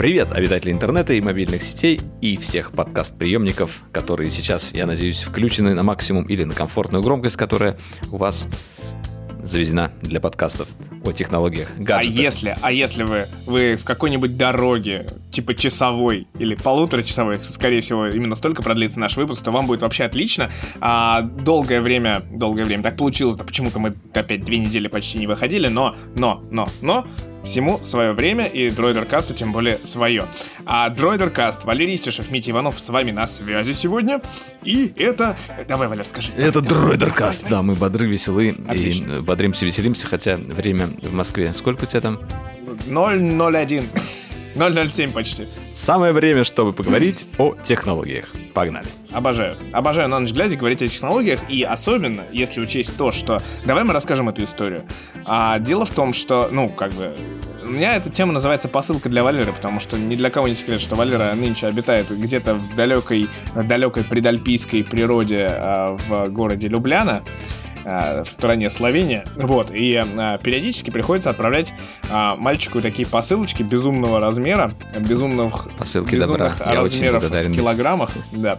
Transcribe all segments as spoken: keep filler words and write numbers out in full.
Привет, обитатели интернета и мобильных сетей и всех подкаст-приемников, которые сейчас, я надеюсь, включены на максимум или на комфортную громкость, которая у вас заведена для подкастов о технологиях, гаджетах. А если, а если вы, вы в какой-нибудь дороге, типа часовой или полуторачасовой, скорее всего, именно столько продлится наш выпуск, то вам будет вообще отлично. А долгое время, долгое время так получилось, да почему-то мы опять две недели почти не выходили, но, но, но, но... всему свое время, и Дроидеркасту тем более свое. А Дроидеркаст, Валерий Истишев, Митя Иванов с вами на связи сегодня. И это... Давай, Валер, скажи. Это Дроидеркаст. Да, мы бодры, веселы. Отлично. И бодримся, веселимся, хотя время в Москве. Сколько у тебя там? ноль ноль один. ноль ноль семь почти. Самое время, чтобы поговорить о технологиях. Погнали. Обожаю. Обожаю на ночь глядя говорить о технологиях, и особенно, если учесть то, что... Давай мы расскажем эту историю. А, дело в том, что, ну, как бы... У меня эта тема называется «Посылка для Валеры», потому что ни для кого не секрет, что Валера нынче обитает где-то в далекой, далекой предальпийской природе а, в городе Любляна, в стране Словения. Вот. И а, периодически приходится отправлять а, мальчику такие посылочки безумного размера, безумных, Посылки безумных добра. размеров в килограммах. Да.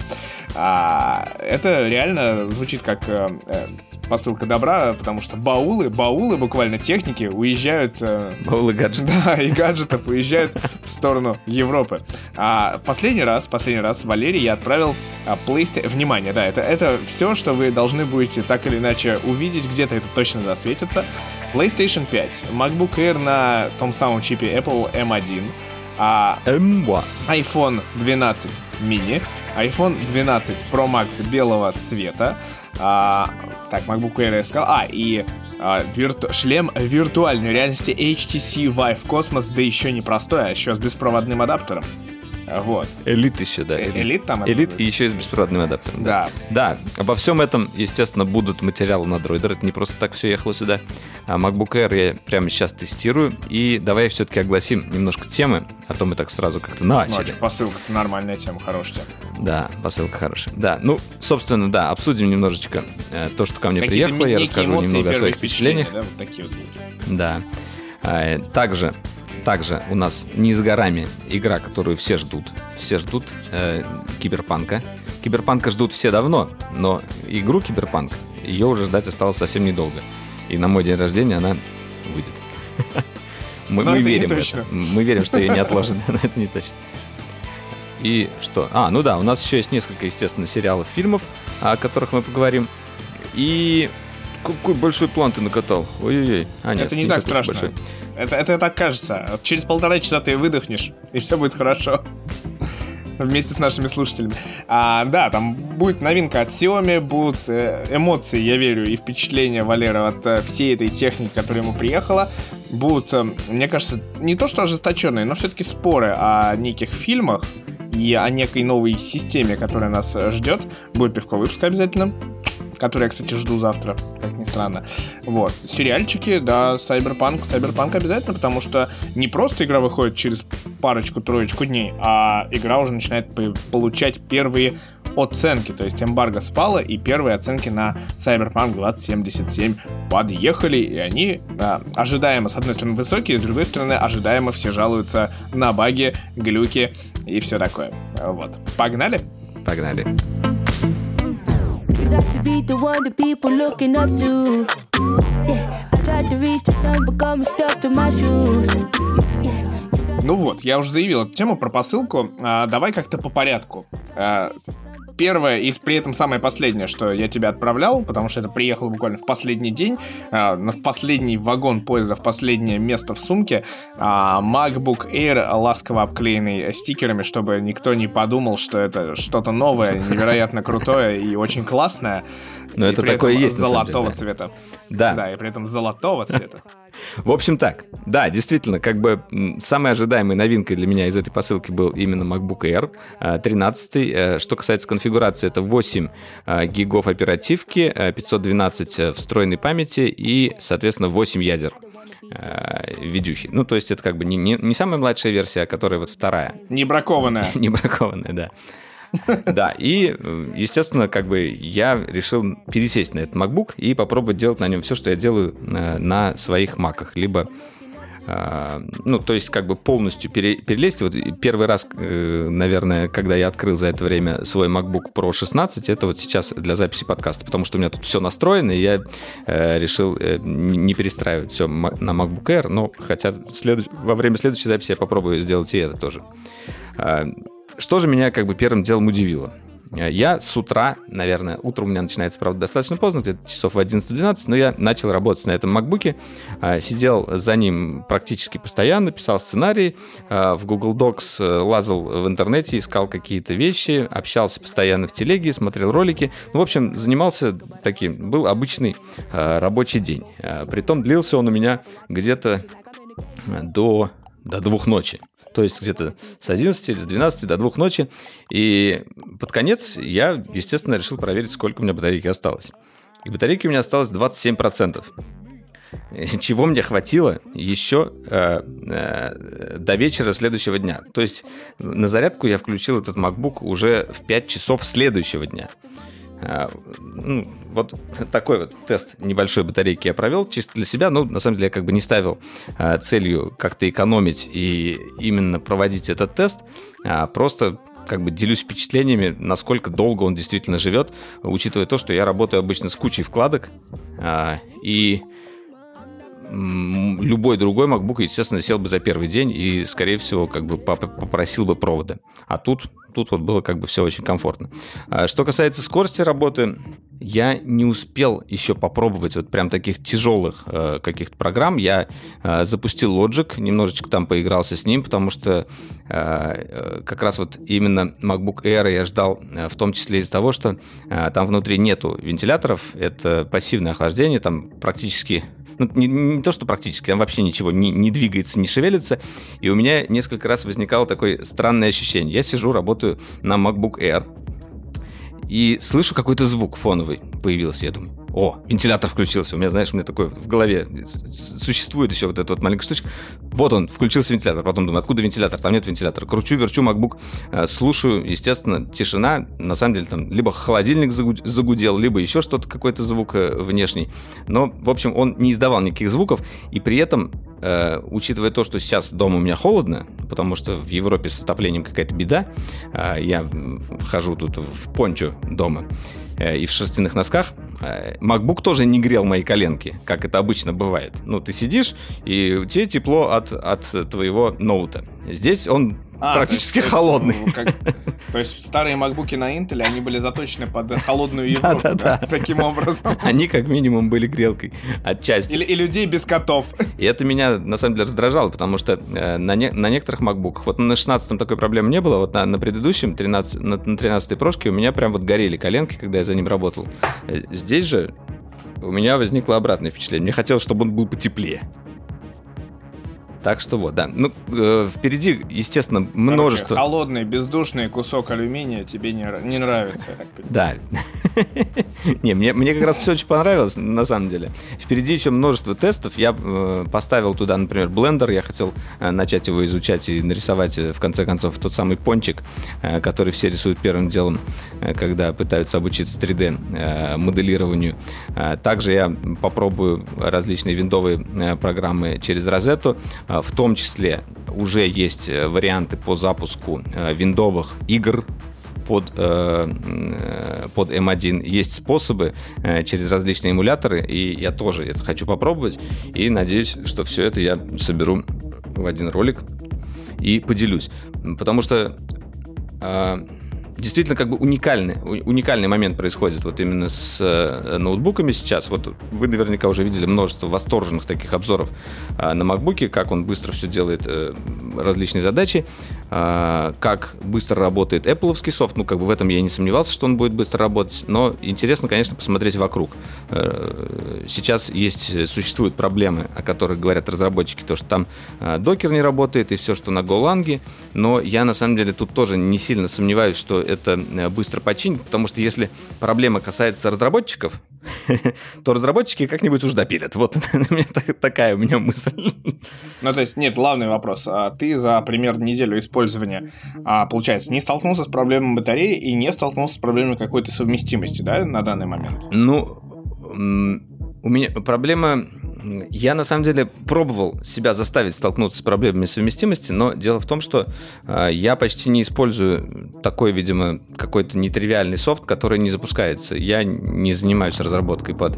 А, это реально звучит как а, посылка добра, потому что баулы, баулы буквально техники уезжают... А, баулы гаджетов. Да, и гаджетов уезжают в сторону Европы. А последний раз, последний раз Валерий я отправил а, PlayStation... Внимание, да, это, это все, что вы должны будете так или иначе увидеть, где-то это точно засветится. PlayStation пять, MacBook Air на том самом чипе Apple эм один, а эм два, iPhone двенадцать mini, iPhone двенадцать Pro Max белого цвета, а, так, MacBook Air я сказал, а, и а, вирту... шлем виртуальной реальности эйч ти си Vive Cosmos, да еще не простой, а еще с беспроводным адаптером. Вот. Элит еще, да. Элит, элит там. Элит и еще и с беспроводным адаптером. Да. Да. Да. Обо всем этом, естественно, будут материалы на Droider. Это не просто так все ехало сюда. А MacBook Air я прямо сейчас тестирую. И давай все-таки огласим немножко темы. А то мы так сразу как-то начали. Ну, а что, посылка-то нормальная тема, хорошая тема. Да, посылка хорошая. Да, ну, собственно, да, обсудим немножечко э, то, что ко мне какие-то приехало. Я расскажу немного о своих впечатлениях. Да, вот такие вот. Да. А, также... Также у нас не за горами игра, которую все ждут. Все ждут э, Киберпанка. Киберпанка ждут все давно, но игру Киберпанк, ее уже ждать осталось совсем недолго. И на мой день рождения она выйдет. Мы, мы верим в это. Мы верим, что ее не отложат, но это не точно. И что? А, ну да, у нас еще есть несколько, естественно, сериалов, фильмов, о которых мы поговорим. И... Какой большой план ты накатал? Ой-ой-ой. А, нет, это не, не так страшно. Это, это так кажется. Через полтора часа ты выдохнешь, и все будет хорошо. Вместе с нашими слушателями. А, да, там будет новинка от Xiaomi, будут э, эмоции, я верю, и впечатления Валеры от э, всей этой техники, которая ему приехала. Будут, э, мне кажется, не то что ожесточенные, но все-таки споры о неких фильмах и о некой новой системе, которая нас ждет. Будет пивко выпуска обязательно, который я, кстати, жду завтра, как ни странно. Вот. Сериальчики, да, Cyberpunk. Cyberpunk обязательно, потому что не просто игра выходит через парочку-троечку дней, а игра уже начинает получать первые оценки. То есть эмбарго спало, и первые оценки на Cyberpunk двадцать семьдесят семь подъехали, и они да, ожидаемо, с одной стороны, высокие, с другой стороны, ожидаемо все жалуются на баги, глюки и все такое. Вот. Погнали? Погнали. You got to be the one that people looking up to. Yeah, I tried to reach the sun, but got me stuck to my shoes. Yeah. Ну вот, я уже заявил эту тему про посылку. А, давай как-то по порядку. А, первое и при этом самое последнее, что я тебе отправлял, потому что это приехало буквально в последний день, а, в последний вагон поезда, в последнее место в сумке, а, MacBook Air, ласково обклеенный стикерами, чтобы никто не подумал, что это что-то новое, невероятно крутое и очень классное. Но это такое и есть, на самом деле, золотого да. цвета. Да. Да, и при этом золотого цвета. В общем так, да, действительно, как бы самой ожидаемой новинкой для меня из этой посылки был именно MacBook Air тринадцать. Что касается конфигурации, это восемь гигов оперативки, пятьсот двенадцать встроенной памяти и, соответственно, восемь ядер видюхи. Ну, то есть это как бы не, не, не самая младшая версия, а которая вот вторая. Не бракованная. Не бракованная, да. Да, и, естественно, как бы я решил пересесть на этот MacBook и попробовать делать на нем все, что я делаю на, на своих маках, либо Ну, то есть, как бы полностью пере, перелезть. Вот первый раз, наверное, когда я открыл за это время свой MacBook Pro шестнадцать, это вот сейчас для записи подкаста, потому что у меня тут все настроено, и я решил не перестраивать все на MacBook Air, но хотя следующ... во время следующей записи я попробую сделать и это тоже. Что же меня как бы первым делом удивило? Я с утра, наверное, утро у меня начинается, правда, достаточно поздно, где-то часов в одиннадцать-двенадцать, но я начал работать на этом MacBook'е, сидел за ним практически постоянно, писал сценарий, в Google Docs лазал в интернете, искал какие-то вещи, общался постоянно в телеге, смотрел ролики. Ну, в общем, занимался таким, был обычный рабочий день. Притом длился он у меня где-то до, до двух ночи. То есть где-то с одиннадцати или с двенадцати до двух ночи. И под конец я, естественно, решил проверить, сколько у меня батарейки осталось. И батарейки у меня осталось двадцать семь процентов. Чего мне хватило еще э, э, до вечера следующего дня. То есть на зарядку я включил этот MacBook уже в пять часов следующего дня. Ну, вот такой вот тест небольшой батарейки я провел чисто для себя. Ну, на самом деле, я как бы не ставил а, целью как-то экономить и именно проводить этот тест, а просто как бы делюсь впечатлениями, насколько долго он действительно живет, учитывая то, что я работаю обычно с кучей вкладок, а, и любой другой MacBook, естественно, сел бы за первый день и, скорее всего, как бы попросил бы провода. А тут, тут вот было как бы все очень комфортно. Что касается скорости работы, я не успел еще попробовать вот прям таких тяжелых э, каких-то программ. Я э, запустил Logic, немножечко там поигрался с ним, потому что э, как раз вот именно MacBook Air я ждал, э, в том числе из-за того, что э, там внутри нету вентиляторов, это пассивное охлаждение, там практически... Ну, не, не то, что практически, там вообще ничего не, не двигается, не шевелится. И у меня несколько раз возникало такое странное ощущение. Я сижу, работаю на MacBook Air и слышу какой-то звук фоновый появился. Я думаю, о, вентилятор включился. У меня, знаешь, у меня такое в голове существует еще вот эта вот маленькая штучка. Вот он, включился вентилятор. Потом думаю, откуда вентилятор? Там нет вентилятора. Кручу, верчу MacBook, слушаю, естественно, тишина. На самом деле там либо холодильник загудел, либо еще что-то, какой-то звук внешний. Но, в общем, он не издавал никаких звуков. И при этом, э, учитывая то, что сейчас дома у меня холодно, потому что в Европе с отоплением какая-то беда, э, я хожу тут в пончо дома и в шерстяных носках, MacBook тоже не грел мои коленки, как это обычно бывает. Ну, ты сидишь, и у тебя тепло от, от твоего ноута. Здесь он а, практически то есть, холодный. То есть, как, то есть старые MacBook'и на Intel, они были заточены под холодную Европу, да, да, да. Таким образом. Они как минимум были грелкой отчасти. Или, и людей без котов. И это меня на самом деле раздражало, потому что э, на, не, на некоторых MacBook'ах, вот на шестнадцатом такой проблемы не было, вот на, на предыдущем, тринадцать, на, на тринадцатой прошке у меня прям вот горели коленки, когда я за ним работал. Здесь же у меня возникло обратное впечатление. Мне хотелось, чтобы он был потеплее. Так что вот, да. Ну, э, впереди, естественно, множество... Короче, холодный, бездушный кусок алюминия тебе не, не нравится, я так понимаю. Да. Не, мне, мне как раз все очень понравилось, на самом деле. Впереди еще множество тестов. Я э, поставил туда, например, Blender. Я хотел э, начать его изучать и нарисовать, в конце концов, тот самый пончик, э, который все рисуют первым делом, э, когда пытаются обучиться три дэ э, моделированию. Э, также я попробую различные виндовые э, программы через Rosetta. В том числе уже есть варианты по запуску виндовых игр под, под эм один. Есть способы через различные эмуляторы, и я тоже это хочу попробовать. И надеюсь, что все это я соберу в один ролик и поделюсь. Потому что действительно как бы уникальный, уникальный момент происходит вот именно с э, ноутбуками сейчас. Вот вы наверняка уже видели множество восторженных таких обзоров э, на MacBook'е, как он быстро все делает, э, различные задачи, э, как быстро работает Apple'овский софт. Ну, как бы в этом я не сомневался, что он будет быстро работать, но интересно, конечно, посмотреть вокруг. Э, сейчас есть, существуют проблемы, о которых говорят разработчики, то, что там э, докер не работает и все, что на Golang, но я на самом деле тут тоже не сильно сомневаюсь, что это быстро починить, потому что если проблема касается разработчиков, то разработчики как-нибудь уж допилят. Вот такая у меня мысль. Ну, то есть, нет, главный вопрос. А ты за примерно неделю использования, а, получается, не столкнулся с проблемой батареи и не столкнулся с проблемой какой-то совместимости, да, на данный момент? Ну, у меня проблема... Я, на самом деле, пробовал себя заставить столкнуться с проблемами совместимости, но дело в том, что э, я почти не использую такой, видимо, какой-то нетривиальный софт, который не запускается. Я не занимаюсь разработкой под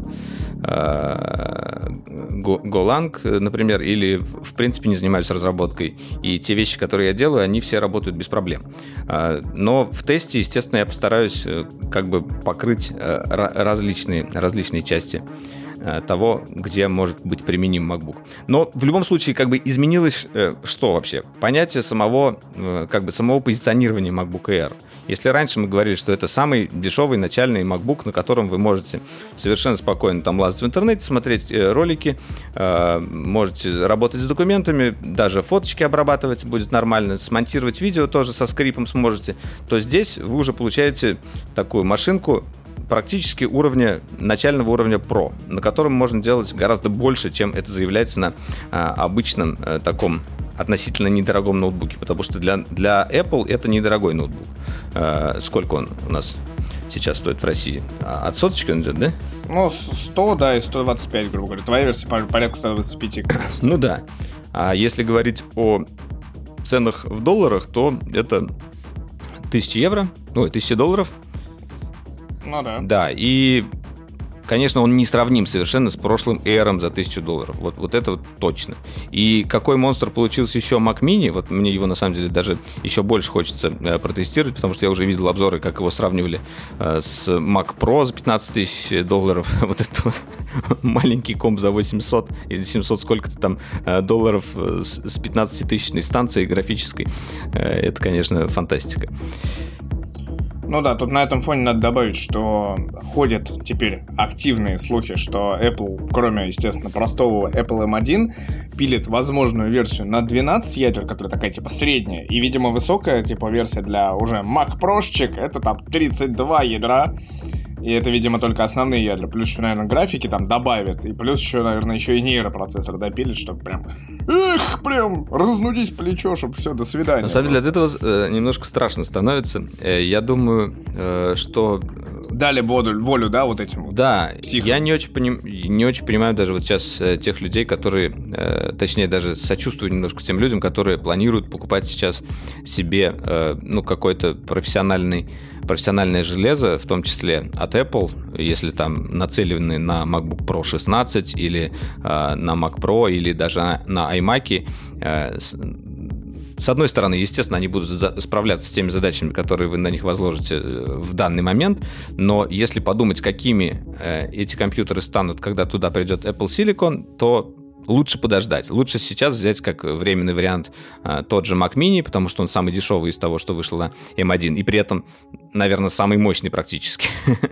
э, Golang, например, или, в принципе, не занимаюсь разработкой. И те вещи, которые я делаю, они все работают без проблем. Э, но в тесте, естественно, я постараюсь э, как бы покрыть э, различные, различные части того, где может быть применим MacBook. Но в любом случае как бы изменилось э, что вообще? Понятие самого, э, как бы самого позиционирования MacBook Air. Если раньше мы говорили, что это самый дешевый начальный MacBook, на котором вы можете совершенно спокойно там лазать в интернете, смотреть э, ролики, э, можете работать с документами, даже фоточки обрабатывать будет нормально, смонтировать видео тоже со скрипом сможете, то здесь вы уже получаете такую машинку практически уровня, начального уровня Pro, на котором можно делать гораздо больше, чем это заявляется на а, обычном а, таком относительно недорогом ноутбуке, потому что для, для Apple это недорогой ноутбук. А, сколько он у нас сейчас стоит в России? А, от соточки он идет, да? Ну, сто, да, и сто двадцать пять, грубо говоря. Твоя версия порядка сто двадцать пять. Ну да. А если говорить о ценах в долларах, то это тысяча евро, ой, тысяча долларов. Ну да. Да, и, конечно, он не сравним совершенно с прошлым Air'ом за тысячу долларов. Вот, вот это вот точно. И какой монстр получился еще Mac Mini, вот мне его, на самом деле, даже еще больше хочется э, протестировать, потому что я уже видел обзоры, как его сравнивали э, с Mac Pro за пятнадцать тысяч долларов. Вот этот вот маленький комп за восемьсот или семьсот сколько-то там э, долларов э, с, с пятнадцатитысячной станцией графической. Э, это, конечно, фантастика. Ну да, тут на этом фоне надо добавить, что ходят теперь активные слухи, что Apple, кроме, естественно, простого Apple эм один, пилит возможную версию на двенадцать ядер, которая такая типа средняя, и, видимо, высокая типа версия для уже Mac Pro-щик, это там тридцать два ядра. И это, видимо, только основные ядра. Плюс еще, наверное, графики там добавят. И плюс еще, наверное, еще и нейропроцессор допилит, чтобы прям... Эх, прям разнудись плечо, чтобы все, до свидания. На самом деле, от этого э, немножко страшно становится. Э, я думаю, э, что... Дали волю, волю, да, вот этим вот. Да, психом. Я не очень, поним... не очень понимаю даже вот сейчас э, тех людей, которые... Э, точнее, даже сочувствую немножко тем людям, которые планируют покупать сейчас себе, э, ну, какой-то профессиональный... профессиональное железо, в том числе от Apple, если там нацелены на MacBook Pro шестнадцать или э, на Mac Pro или даже на, на iMac, э, с, с одной стороны, естественно, они будут за, справляться с теми задачами, которые вы на них возложите в данный момент, но если подумать, какими э, эти компьютеры станут, когда туда придет Apple Silicon, то лучше подождать. Лучше сейчас взять как временный вариант а, тот же Mac Mini, потому что он самый дешевый из того, что вышло на эм один, и при этом, наверное, самый мощный практически.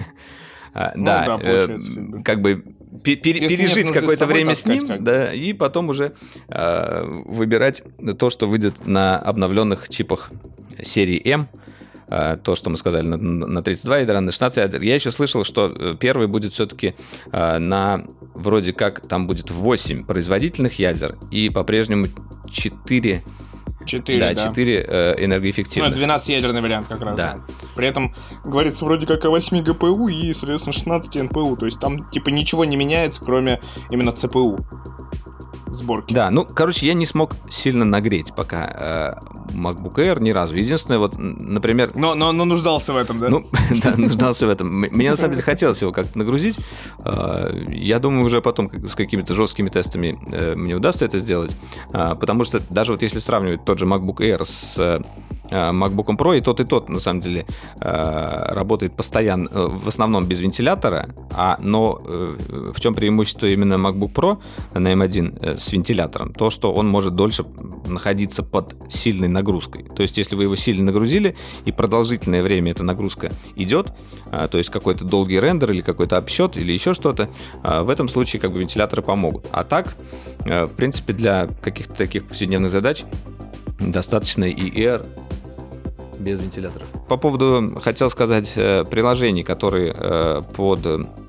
Да, как бы пережить какое-то время с ним, да, и потом уже выбирать то, что выйдет на обновленных чипах серии M. То, что мы сказали, на тридцать два ядра, на шестнадцать ядер. Я еще слышал, что первый будет все-таки на, вроде как, там будет восемь производительных ядер и по-прежнему четыре, четыре, да, да. четыре э, энергоэффективных. Ну, двенадцатиядерный вариант как раз. Да. При этом говорится вроде как о восьми джи пи ю и, соответственно, шестнадцати эн пи ю. То есть там типа ничего не меняется, кроме именно си пи ю. Сборки. Да, ну, короче, я не смог сильно нагреть пока э, MacBook Air ни разу. Единственное, вот, например... Но, но, но нуждался в этом, да? Ну, да, нуждался в этом. Мне, на самом деле, хотелось его как-то нагрузить. Э, я думаю, уже потом с какими-то жесткими тестами э, мне удастся это сделать. Э, потому что даже вот если сравнивать тот же MacBook Air с э, MacBook Pro, и тот, и тот, на самом деле, э, работает постоянно, э, в основном без вентилятора, а, но э, в чем преимущество именно MacBook Pro на эм один э, с вентилятором? То, что он может дольше находиться под сильной нагрузкой. То есть, если вы его сильно нагрузили, и продолжительное время эта нагрузка идет, э, то есть какой-то долгий рендер или какой-то обсчет или еще что-то, э, в этом случае как бы вентиляторы помогут. А так, э, в принципе, для каких-то таких повседневных задач достаточно и Air без вентиляторов. По поводу, хотел сказать, приложений, которые под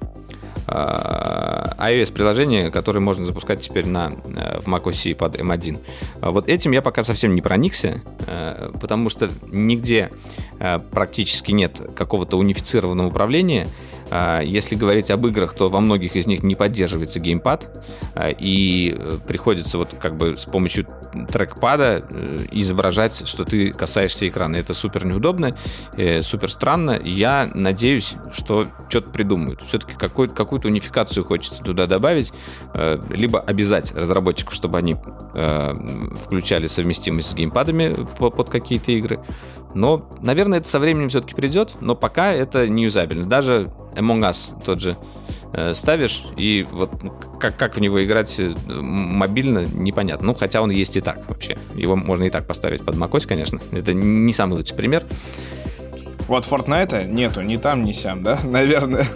iOS-приложения, которые можно запускать теперь на, в macOS под эм один. Вот этим я пока совсем не проникся, потому что нигде практически нет какого-то унифицированного управления. Если говорить об играх, то во многих из них не поддерживается геймпад, и приходится вот как бы с помощью трекпада изображать, что ты касаешься экрана. Это супер неудобно, супер странно. Я надеюсь, что что-то придумают. Все-таки какой- какую-то унификацию хочется туда добавить, либо обязать разработчиков, чтобы они включали совместимость с геймпадами под какие-то игры. Но, наверное, это со временем все-таки придет, но пока это не юзабельно. Даже Among Us тот же э, ставишь, и вот как, как в него играть мобильно, непонятно. Ну, хотя он есть и так вообще. Его можно и так поставить под macOS, конечно. Это не самый лучший пример. Вот Fortnite нету ни там, ни сям, да? Наверное.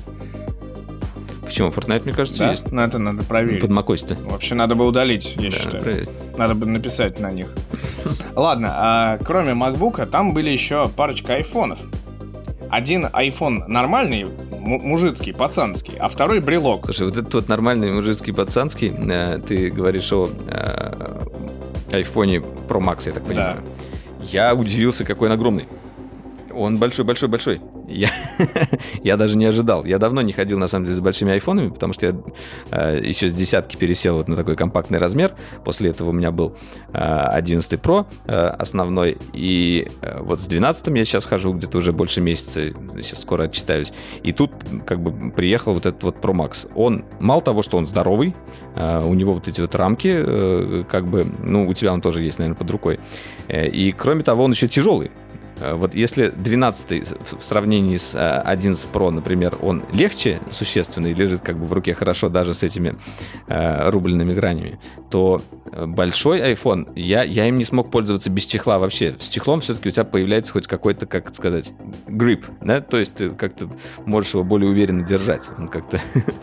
Почему? Fortnite, мне кажется, да? есть. Ну, это надо проверить. Под macOS-то. Вообще надо бы удалить, я да, считаю. Проверить. Надо бы написать на них. Ладно, а кроме MacBook'а, там были еще парочка айфонов. Один iPhone нормальный, м- мужицкий, пацанский, а второй брелок. Слушай, вот этот вот нормальный мужицкий пацанский, э, ты говоришь о э, iPhone Pro Max, я так понимаю. Да. Я удивился, какой он огромный. Он большой-большой-большой. Я, я даже не ожидал. Я давно не ходил, на самом деле, с большими айфонами, потому что я э, еще с десятки пересел вот на такой компактный размер. После этого у меня был э, одиннадцатый Pro э, основной. И э, вот с двенадцатым я сейчас хожу где-то уже больше месяца. Сейчас скоро отчитаюсь. И тут как бы приехал вот этот вот Pro Max. Он, мало того, что он здоровый, э, у него вот эти вот рамки, э, как бы, ну, у тебя он тоже есть, наверное, под рукой. Э, и кроме того, он еще тяжелый. Вот если двенадцатый в сравнении с одиннадцать Pro, например, он легче существенно и лежит как бы в руке хорошо даже с этими э, рубленными гранями, то большой iPhone, я, я им не смог пользоваться без чехла вообще. С чехлом все-таки у тебя появляется хоть какой-то, как сказать, grip, да? То есть ты как-то можешь его более уверенно держать. Он как-то...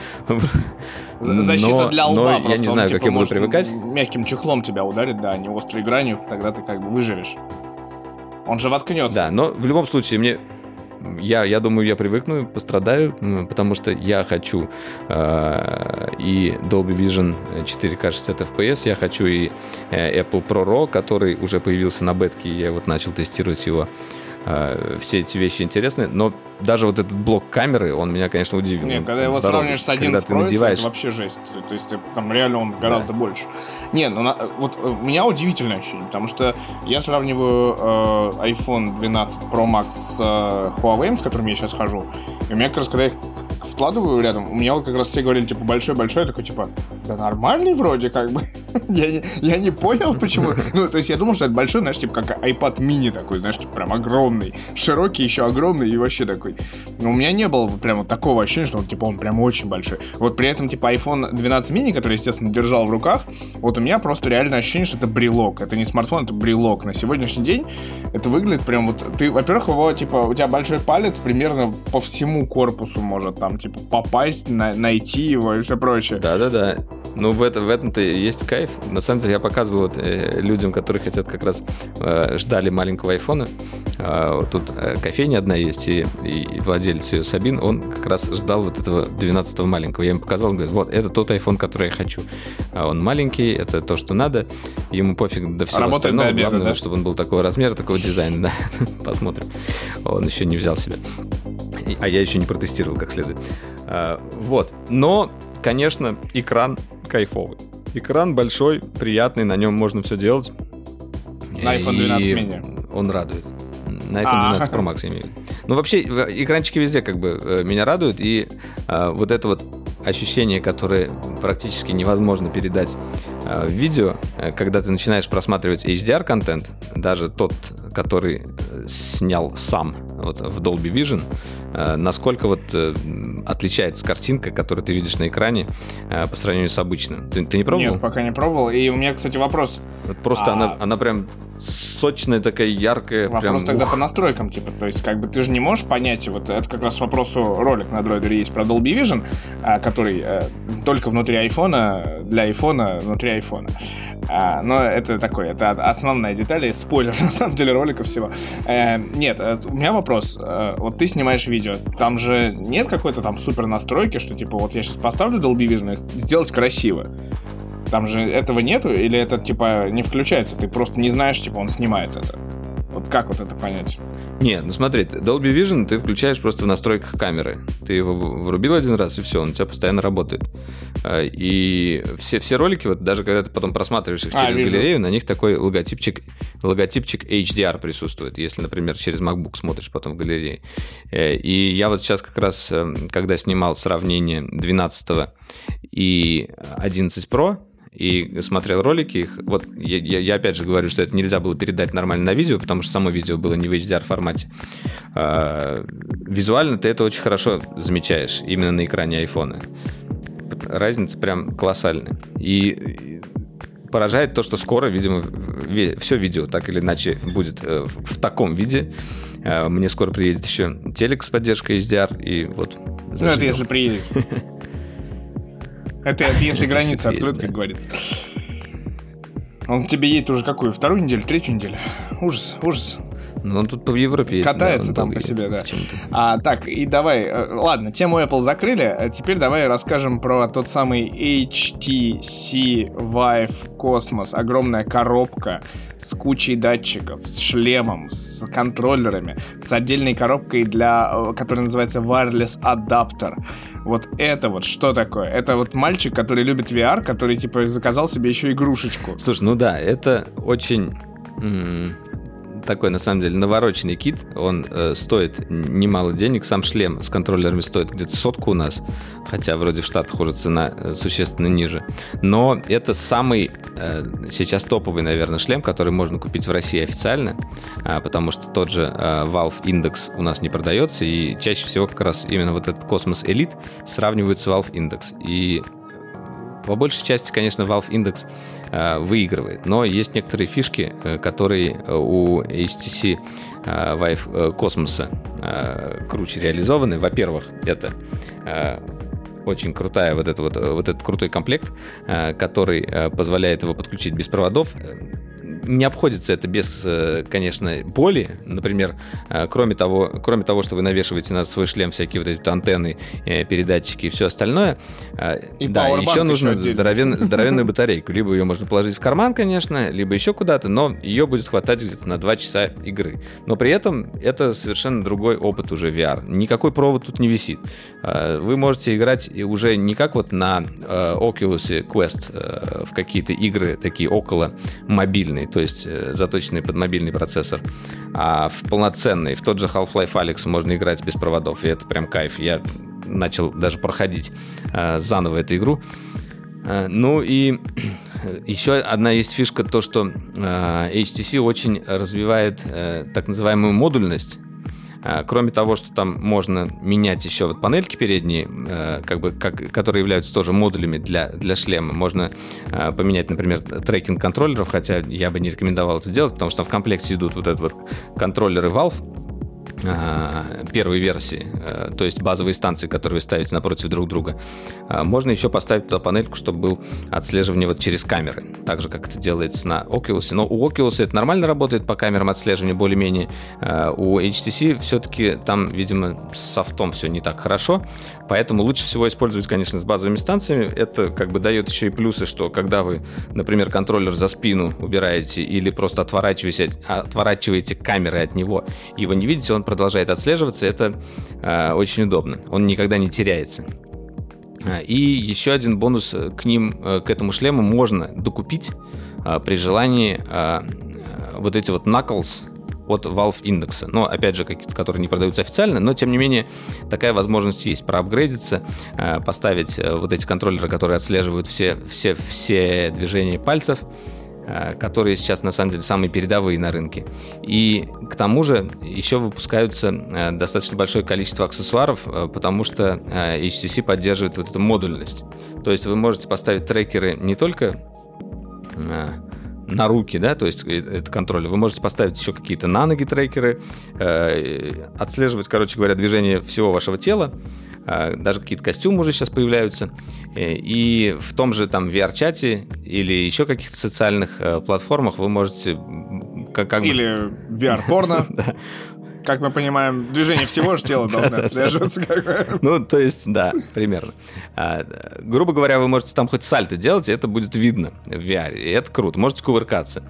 Защита но, для лба. Но я не знаю, он, как типа, я буду привыкать. Мягким чехлом тебя ударит, да, а не острой гранью, тогда ты как бы выживешь. Он же воткнется. Да, но в любом случае мне... Я, я думаю, я привыкну, пострадаю, потому что я хочу э, и Dolby Vision четыре ка шестьдесят эф пи эс, я хочу и э, Apple Pro Raw, который уже появился на бетке, и я вот начал тестировать его. Э, все эти вещи интересны, но даже вот этот блок камеры, он меня, конечно, удивил. Нет, он, когда он его здоровый. сравнишь с одиннадцать Pro, надеваешь... это вообще жесть. То есть там реально он гораздо да. больше. Не, ну на, вот у меня удивительное ощущение, потому что я сравниваю э, iPhone двенадцать Pro Max с э, Huawei, с которым я сейчас хожу, и у меня как раз, когда я их складываю рядом, у меня вот как раз все говорили, типа, большой-большой, я такой, типа, да нормальный вроде, как бы. я, не, я не понял, почему. Ну, то есть я думал, что это большой, знаешь, типа, как iPad mini такой, знаешь, типа, прям огромный. Широкий, еще огромный и вообще такой. Но у меня не было прям вот такого ощущения, что он, типа, он прям очень большой. Вот при этом, типа, iPhone двенадцать mini, который, естественно, держал в руках, вот у меня просто реально ощущение, что это брелок. Это не смартфон, это брелок. На сегодняшний день это выглядит прям вот... Ты, во-первых, его, типа, у тебя большой палец примерно по всему корпусу может там, типа, попасть, на- найти его и все прочее. Да-да-да. Ну, в, это, в этом-то есть кайф. На самом деле, я показывал вот, э, людям, которые хотят как раз э, ждали маленького айфона. Э, тут э, кофейня одна есть, и, и владелец ее, Сабин, он как раз ждал вот этого двенадцатого маленького. Я ему показал, он говорит, вот, это тот iPhone, который я хочу. А он маленький, это то, что надо. Ему пофиг до всего Работает остального. до обеда, главное, да? чтобы он был такого размера, такого дизайна. Да. Посмотрим. Он еще не взял себя. А я еще не протестировал как следует. А, вот. Но, конечно, экран кайфовый. Экран большой, приятный, на нем можно все делать. На iPhone двенадцать mini. Он радует. На iPhone двенадцать Pro Max я имею в виду. Ну, вообще, экранчики везде как бы э, меня радуют. И э, вот это вот ощущение, которое практически невозможно передать э, в видео, э, когда ты начинаешь просматривать эйч ди ар-контент, даже тот, который снял сам вот, в Dolby Vision, э, насколько вот э, отличается картинка, которую ты видишь на экране э, по сравнению с обычным. Ты, ты не пробовал? Нет, пока не пробовал. И у меня, кстати, вопрос. Вот просто а... она, она прям сочная, такая яркая. Вопрос прям, тогда ух. по настройкам, типа, то есть, как бы, ты же не можешь понять, вот это как раз вопросу, ролик на Дроидере есть про Dolby Vision, а, который а, только внутри айфона, для айфона, внутри айфона. А, но это такой, это основная деталь, спойлер, на самом деле, ролика всего. А, нет, у меня вопрос, а, вот ты снимаешь видео, там же нет какой-то там супер настройки, что, типа, вот я сейчас поставлю Dolby Vision и сделать красиво. Там же этого нету, или это, типа, не включается? Ты просто не знаешь, типа, он снимает это. Вот как вот это понять? Нет, ну смотри, Dolby Vision ты включаешь просто в настройках камеры. Ты его врубил один раз, и все, он у тебя постоянно работает. И все, все ролики, вот даже когда ты потом просматриваешь их через а, галерею, на них такой логотипчик, логотипчик эйч ди ар присутствует, если, например, через MacBook смотришь потом в галерее. И я вот сейчас как раз, когда снимал сравнение двенадцатого и одиннадцать Pro, и смотрел ролики их, вот я, я, я опять же говорю, что это нельзя было передать нормально на видео, потому что само видео было не в эйч ди ар формате. А, визуально ты это очень хорошо замечаешь, именно на экране айфона. Разница прям колоссальная. И поражает то, что скоро, видимо, все видео так или иначе будет в таком виде. Мне скоро приедет еще телек с поддержкой эйч ди ар, и вот... Заживем. Ну, это если приедет. Это, это если граница открыта, как говорится. Он к тебе едет уже какую? Вторую неделю, третью неделю? Ужас, ужас. Ну, он тут по Европе едет. Катается да, там по себе, да. А, так, и давай... Ладно, тему Apple закрыли. А теперь давай расскажем про тот самый эйч ти си Vive Cosmos. Огромная коробка с кучей датчиков, с шлемом, с контроллерами, с отдельной коробкой, для, которая называется Wireless Adapter. Вот это вот что такое? Это вот мальчик, который любит ви ар, который типа заказал себе еще игрушечку. Слушай, ну да, это очень... такой, на самом деле, навороченный кит. Он э, стоит немало денег. Сам шлем с контроллерами стоит где-то сотку у нас. Хотя вроде в Штатах уже цена э, существенно ниже. Но это самый э, сейчас топовый, наверное, шлем, который можно купить в России официально. Э, потому что тот же э, Valve Index у нас не продается. И чаще всего как раз именно вот этот Cosmos Elite сравнивают с Valve Index. И по большей части, конечно, Valve Index э, выигрывает, но есть некоторые фишки, э, которые у эйч ти си э, Vive Cosmos э, круче реализованы. Во-первых, это э, очень крутая вот, это вот, вот этот крутой комплект, э, который э, позволяет его подключить без проводов. Не обходится это без, конечно, боли. Например, кроме того, кроме того, что вы навешиваете на свой шлем всякие вот эти вот антенны, передатчики и все остальное, и да, еще нужно еще здоровен, здоровенную батарейку. Либо ее можно положить в карман, конечно, либо еще куда-то, но ее будет хватать где-то на два часа игры. Но при этом это совершенно другой опыт уже ви ар. Никакой провод тут не висит. Вы можете играть уже не как вот на Oculus Quest в какие-то игры такие около мобильные, то есть заточенный под мобильный процессор, а в полноценный, в тот же Half-Life Alyx можно играть без проводов, и это прям кайф. Я начал даже проходить э, заново эту игру. Э, ну и еще одна есть фишка, то что э, эйч ти си очень развивает э, так называемую модульность. Кроме того, что там можно менять еще вот панельки передние, как бы, как, которые являются тоже модулями для, для шлема. Можно поменять, например, трекинг контроллеров, хотя я бы не рекомендовал это делать, потому что в комплекте идут вот этот вот контроллеры Valve первой версии, то есть базовые станции, которые вы ставите напротив друг друга. Можно еще поставить туда панельку, чтобы был отслеживание вот через камеры, так же, как это делается на Oculus. Но у Oculus это нормально работает по камерам отслеживания более-менее. У эйч ти си все-таки там, видимо, с софтом все не так хорошо, поэтому лучше всего использовать, конечно, с базовыми станциями. Это как бы дает еще и плюсы, что когда вы, например, контроллер за спину убираете или просто отворачиваете, отворачиваете камеры от него, его не видите, он продолжает отслеживаться, это э, очень удобно. Он никогда не теряется. И еще один бонус к ним, к этому шлему можно докупить э, при желании э, вот эти вот Knuckles от Valve Index. Но, опять же, какие-то, которые не продаются официально, но, тем не менее, такая возможность есть. Проапгрейдиться, э, поставить э, вот эти контроллеры, которые отслеживают все, все, все движения пальцев, которые сейчас, на самом деле, самые передовые на рынке. И к тому же еще выпускаются достаточно большое количество аксессуаров, потому что эйч ти си поддерживает вот эту модульность. То есть вы можете поставить трекеры не только на руки, да, то есть это контроллер, вы можете поставить еще какие-то на ноги трекеры, отслеживать, короче говоря, движение всего вашего тела. Даже какие-то костюмы уже сейчас появляются. И в том же там ви ар-чате или еще каких-то социальных платформах вы можете... Как, как или бы... ви ар-порно. как мы понимаем, движение всего же тела должно отслеживаться. Ну, то есть, да, примерно. Грубо говоря, вы можете там хоть сальто делать, и это будет видно в ви ар, и это круто. Можете кувыркаться.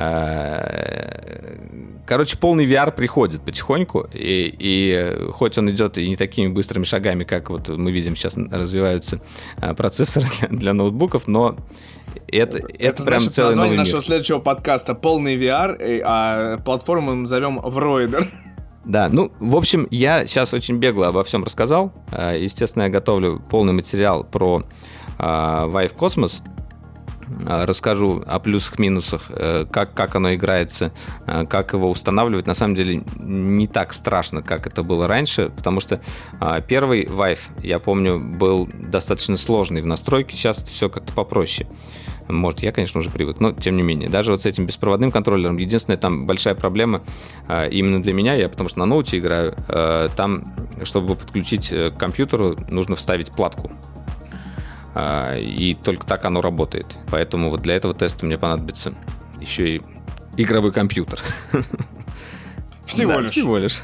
Короче, полный ви ар приходит потихоньку, и, и хоть он идет и не такими быстрыми шагами, как вот мы видим сейчас развиваются процессоры для, для ноутбуков, но это, это, это прям значит, целый новый название мир. нашего следующего подкаста «Полный ви ар», а платформу мы назовем «Vroider». Да, ну, в общем, я сейчас очень бегло обо всем рассказал. Естественно, я готовлю полный материал про Vive Cosmos. Расскажу о плюсах-минусах, как, как оно играется, как его устанавливать. На самом деле не так страшно, как это было раньше, потому что первый Vive, я помню, был достаточно сложный в настройке. Сейчас это все как-то попроще. Может, я, конечно, уже привык, но тем не менее. Даже вот с этим беспроводным контроллером, единственная там большая проблема именно для меня, я потому что на ноуте играю, там, чтобы подключить к компьютеру, нужно вставить платку. И только так оно работает. Поэтому вот для этого теста мне понадобится еще и игровой компьютер. Всего да, лишь. Всего лишь.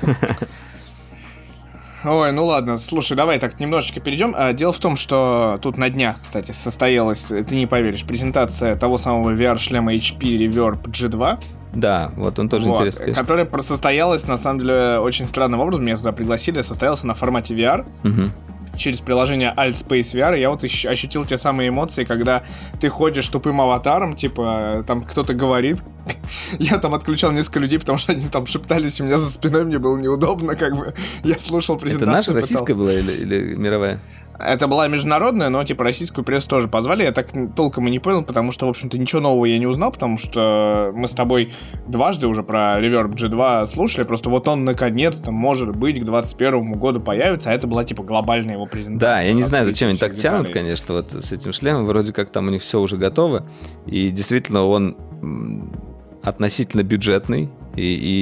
Ой, ну ладно, слушай, давай так немножечко перейдем. Дело в том, что тут на днях, кстати, состоялась, ты не поверишь, презентация того самого ви ар-шлема эйч пи Reverb джи два. Да, вот он тоже вот, интересный. Которая просто состоялась, на самом деле, очень странным образом. Меня туда пригласили, состоялась на формате ви ар. Угу. Через приложение Altspace ви ар. Я вот ощутил те самые эмоции, когда ты ходишь тупым аватаром, типа, там кто-то говорит. Я там отключал несколько людей, потому что они там шептались у меня за спиной, мне было неудобно, как бы. Я слушал презентацию. Это наша российская была или, или мировая? Это была международная, но, типа, российскую прессу тоже позвали. Я так толком и не понял, потому что, в общем-то, ничего нового я не узнал, потому что мы с тобой дважды уже про Reverb джи два слушали. Просто вот он, наконец-то, может быть, к двадцать первому году появится, а это была, типа, глобальная его презентация. Да, я не знаю, зачем они так деталей. тянут, конечно, вот с этим шлемом. Вроде как там у них все уже готово. И действительно, он относительно бюджетный и,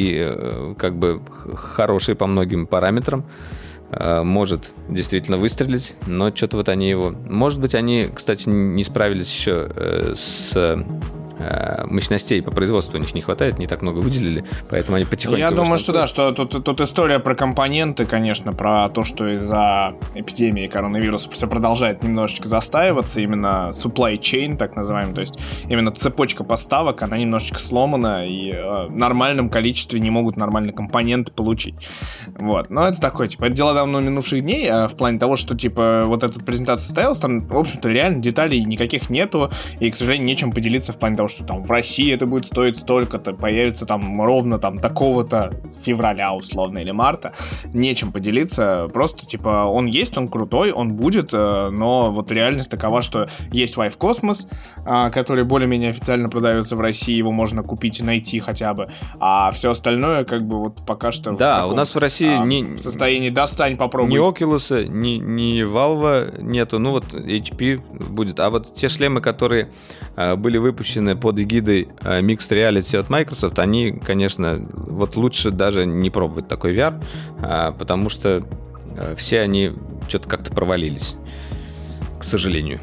и как бы хороший по многим параметрам. Может действительно выстрелить, но что-то вот они его... Может быть, они, кстати, не справились еще с мощностей по производству, у них не хватает, не так много выделили, поэтому они потихоньку... Я думаю, что да, что тут, тут история про компоненты, конечно, про то, что из-за эпидемии коронавируса все продолжает немножечко застаиваться, именно supply chain, так называемый, то есть именно цепочка поставок, она немножечко сломана, и э, в нормальном количестве не могут нормальные компоненты получить. Вот, но это такое, типа, это дело давно минувших дней, а в плане того, что, типа, вот эта презентация состоялась, там, в общем-то, реально деталей никаких нету, и, к сожалению, нечем поделиться в плане того, что там в России это будет стоить столько-то, появится там ровно там такого-то февраля, условно, или марта. Нечем поделиться, просто, типа, он есть, он крутой, он будет, но вот реальность такова, что есть Vive Cosmos, который более-менее официально продается в России, его можно купить и найти хотя бы, а все остальное, как бы, вот пока что да, в таком, у нас в России а, не, в состоянии достань, попробуй. Ни Oculus, ни, ни Valve нету, ну вот эйч пи будет, а вот те шлемы, которые а, были выпущены под эгидой а, Mixed Reality от Microsoft, они, конечно, вот лучше даже не пробовать такой ви ар, а, потому что а, все они что-то как-то провалились, к сожалению.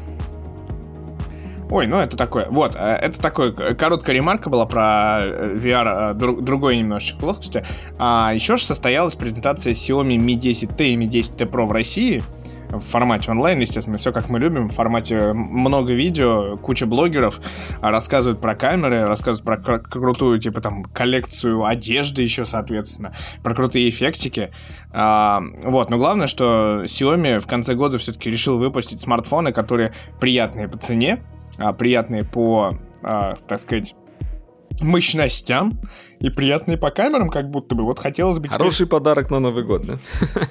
Ой, ну это такое. Вот, это такое, короткая ремарка была про ви ар другой немножечко плоскости. А еще же состоялась презентация Xiaomi Mi десять ти и Mi десять ти Pro в России. В формате онлайн, естественно, все как мы любим. В формате много видео, куча блогеров рассказывают про камеры, рассказывают про кр- крутую, типа, там, коллекцию одежды еще, соответственно, про крутые эффектики. А, вот, но главное, что Xiaomi в конце года все-таки решил выпустить смартфоны, которые приятные по цене, а, приятные по, а, так сказать, мощностям и приятные по камерам, как будто бы. Вот хотелось бы... Хороший теперь... подарок на Новый год, да?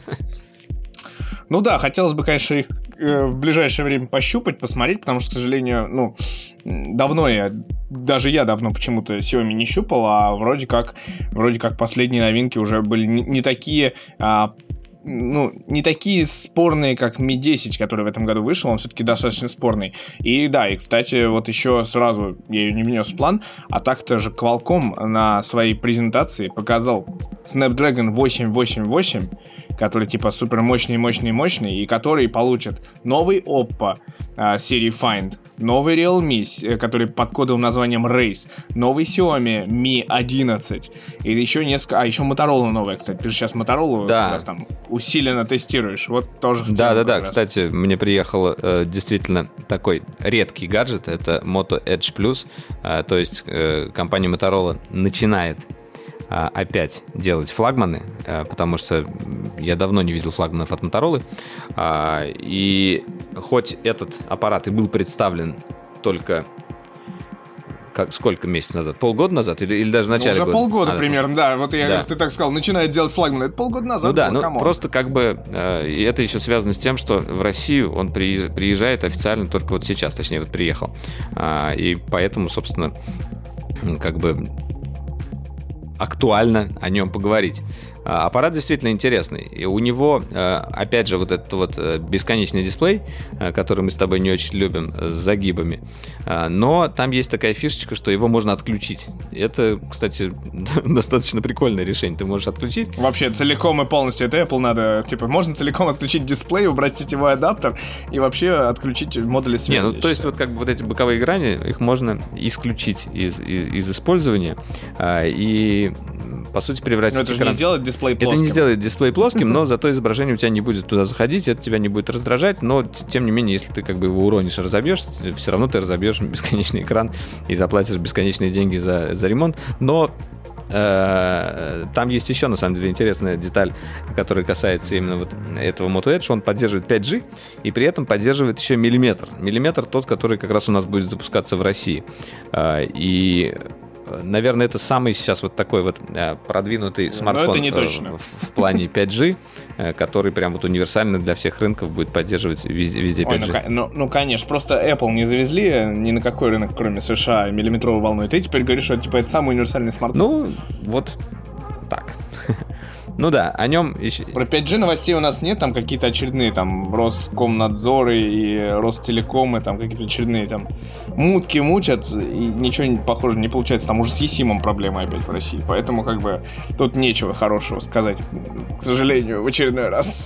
Ну да, хотелось бы, конечно, их э, в ближайшее время пощупать, посмотреть, потому что, к сожалению, ну, давно я, даже я давно почему-то Xiaomi не щупал, а вроде как, вроде как последние новинки уже были не, не такие... А, ну, не такие спорные, как Mi десять, который в этом году вышел, он все-таки достаточно спорный. И да, и, кстати, вот еще сразу я ее не внес в план, а так-то же Qualcomm на своей презентации показал Snapdragon восемьсот восемьдесят восемь, который типа супер мощный, мощный, мощный, и который получит новый Oppo а, серии Find, новый Realme, который под кодовым названием Race, новый Xiaomi Mi одиннадцать, и еще несколько... А, еще Motorola новая, кстати. Ты же сейчас Motorola да. как раз там усиленно тестируешь. Вот тоже... Да-да-да, кстати, мне приехал э, действительно такой редкий гаджет, это Moto Edge Plus, э, то есть э, компания Motorola начинает э, опять делать флагманы, э, потому что я давно не видел флагманов от Motorola, э, и хоть этот аппарат и был представлен только... Как, сколько месяцев назад? Полгода назад? Или, или даже в начале ну, уже года? полгода а, примерно, да. Вот я, да. если ты так сказал, начинает делать флагман. Это полгода назад. Ну да, было, ну просто как бы э, и это еще связано с тем, что в Россию он при, приезжает официально только вот сейчас, точнее, вот приехал. А, и поэтому, собственно, как бы актуально о нем поговорить. Аппарат действительно интересный. И у него, опять же, вот этот вот бесконечный дисплей, который мы с тобой не очень любим, с загибами. Но там есть такая фишечка, что его можно отключить. Это, кстати, достаточно прикольное решение. Ты можешь отключить. Вообще, целиком и полностью это Apple надо... Типа, можно целиком отключить дисплей, убрать сетевой адаптер и вообще отключить модули связи. Не, ну то есть вот как бы вот эти боковые грани, их можно исключить из, из, из использования и, по сути, превратить... Но это же экран... не сделать дисплей плоским. Это не сделает дисплей плоским, но зато изображение у тебя не будет туда заходить, это тебя не будет раздражать, но тем не менее, если ты как бы его уронишь и разобьешь, все равно ты разобьешь бесконечный экран и заплатишь бесконечные деньги за, за ремонт. Но э, там есть еще, на самом деле, интересная деталь, которая касается именно вот этого Moto Edge. Он поддерживает пять джи и при этом поддерживает еще миллиметр. Миллиметр тот, который как раз у нас будет запускаться в России. Э, и наверное, это самый сейчас вот такой вот продвинутый смартфон в, в плане пять джи, который прям вот универсально для всех рынков будет поддерживать везде, везде пять джи. Ой, ну, ну, ну, конечно, просто Apple не завезли ни на какой рынок, кроме США, миллиметровую волну. И ты теперь говоришь, что типа это самый универсальный смартфон. Ну, вот так. Ну да, о нем еще... Про пять джи новостей у нас нет, там какие-то очередные там Роскомнадзоры и Ростелекомы, там какие-то очередные там мутки мучат, и ничего, похоже, не получается. Там уже с eSIM проблемы опять в России, поэтому как бы тут нечего хорошего сказать, к сожалению, в очередной раз.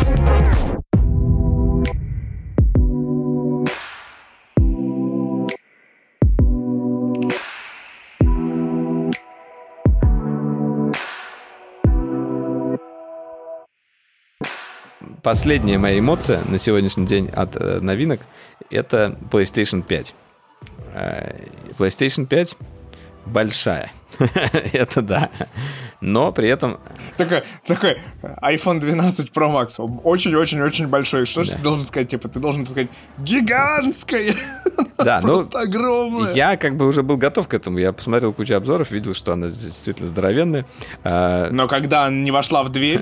Последняя моя эмоция на сегодняшний день от э, новинок — это PlayStation пять. Э, PlayStation пять большая. Это да. Но при этом... Такой, такой iPhone двенадцать Pro Max. Очень-очень-очень большой. Что да. ж ты должен сказать? Типа, ты должен сказать гигантская. Да, просто ну, огромная. Я как бы уже был готов к этому. Я посмотрел кучу обзоров, видел, что она действительно здоровенная. Но когда она не вошла в дверь...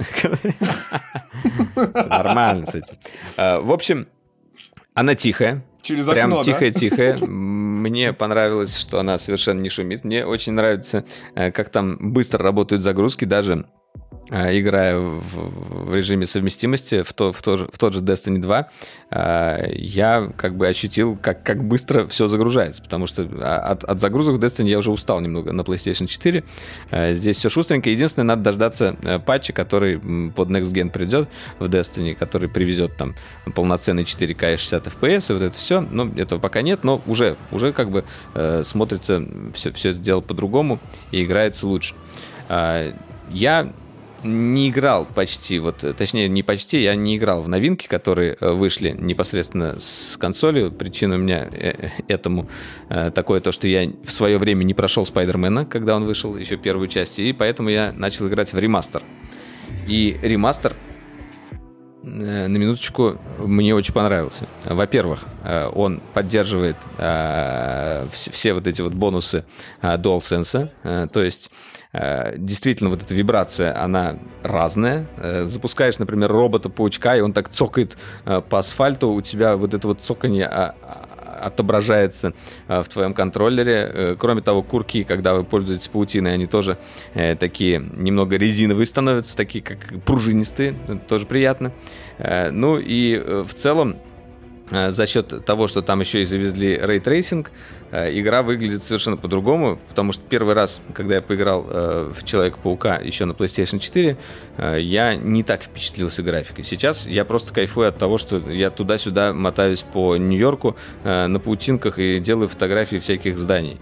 Нормально с этим. В общем, она тихая. Через Прям окно, тихая-тихая. Да? Мне понравилось, что она совершенно не шумит. Мне очень нравится, как там быстро работают загрузки, даже играя в, в режиме совместимости в, то, в, то же, в тот же Destiny два, я как бы ощутил, как, как быстро все загружается, потому что от, от загрузок в Destiny я уже устал немного на PlayStation четыре. Здесь все шустренько. Единственное, надо дождаться патча, который под Next Gen придет в Destiny, который привезет там полноценный четыре ка и шестьдесят эф пи эс, и вот это все. Ну, этого пока нет, но уже, уже как бы э, смотрится все, все это дело по-другому и играется лучше. Э, я не играл почти, вот, точнее, не почти, я не играл в новинки, которые вышли непосредственно с консоли. Причина у меня этому такое то, что я в свое время не прошел Спайдермена, когда он вышел, еще первую часть, и поэтому я начал играть в ремастер. И ремастер, на минуточку, мне очень понравился. Во-первых, он поддерживает все вот эти вот бонусы DualSense, то есть действительно, вот эта вибрация, она разная. Запускаешь, например, робота-паучка, и он так цокает по асфальту, у тебя вот это вот цоканье отображается в твоем контроллере. Кроме того, курки, когда вы пользуетесь паутиной, они тоже такие немного резиновые становятся, такие как пружинистые, тоже приятно. Ну и в целом за счет того, что там еще и завезли рейтрейсинг, игра выглядит совершенно по-другому, потому что первый раз, когда я поиграл в Человека-паука еще на PlayStation четыре, я не так впечатлился графикой. Сейчас я просто кайфую от того, что я туда-сюда мотаюсь по Нью-Йорку на паутинках и делаю фотографии всяких зданий.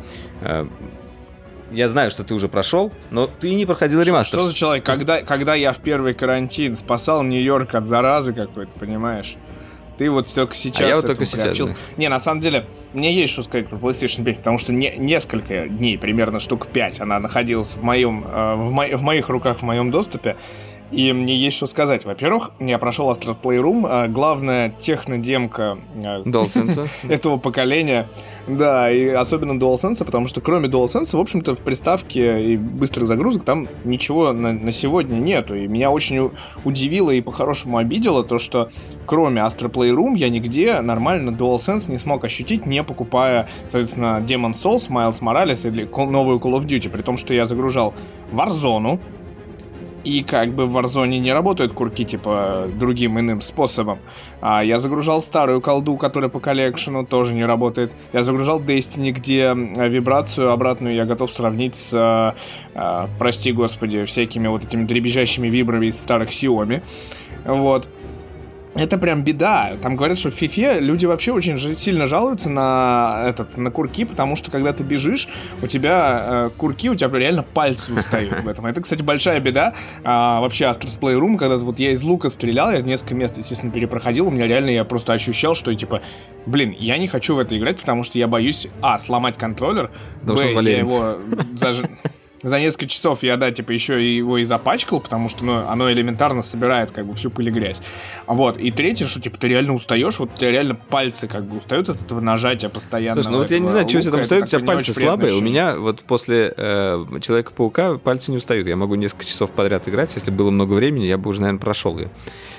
Я знаю, что ты уже прошел, но ты не проходил ремастер. Что за человек? Когда, когда я в первый карантин спасал Нью-Йорк от заразы какой-то, понимаешь? Ты вот только сейчас... А я вот только сейчас, да. Не, на самом деле, мне есть что сказать про PlayStation пять, потому что не, несколько дней, примерно штук пять, она находилась в, моем, э, в, мо- в моих руках, в моем доступе. И мне есть что сказать. Во-первых, я прошел Astral Playroom, главная технодемка DualSense этого поколения. Да, и особенно DualSense, потому что кроме DualSense, в общем-то, в приставке и быстрых загрузок там ничего на, на сегодня нету. И меня очень удивило и по-хорошему обидело то, что кроме Astral Playroom я нигде нормально DualSense не смог ощутить, не покупая, соответственно, Demon's Souls, Miles Morales или новую Call of Duty. При том, что я загружал Warzone, и как бы в Warzone не работают курки, типа, другим иным способом. А я загружал старую колду, которая по коллекшену тоже не работает. Я загружал Destiny, где вибрацию обратную я готов сравнить с, а, а, прости господи, всякими вот этими дребезжащими вибрами из старых Xiaomi. Вот. Это прям беда. Там говорят, что в FIFA люди вообще очень сильно жалуются на этот, на курки, потому что когда ты бежишь, у тебя э, курки, у тебя реально пальцы устают в этом. Это, кстати, большая беда. А, вообще, Astral Playroom, когда вот я из лука стрелял, я несколько мест, естественно, перепроходил, у меня реально, я просто ощущал, что, типа, блин, я не хочу в это играть, потому что я боюсь, а, сломать контроллер, б, я его заж... За несколько часов я, да, типа, еще его и запачкал, потому что, ну, оно элементарно собирает, как бы, всю пыль и грязь. Вот, и третье, что, типа, ты реально устаешь, вот у тебя реально пальцы, как бы, устают от этого нажатия постоянно. Слушай, ну вот я не знаю, что у тебя там устают, у тебя пальцы слабые, у меня вот после э, Человека-паука пальцы не устают, я могу несколько часов подряд играть, если было много времени, я бы уже, наверное, прошел ее.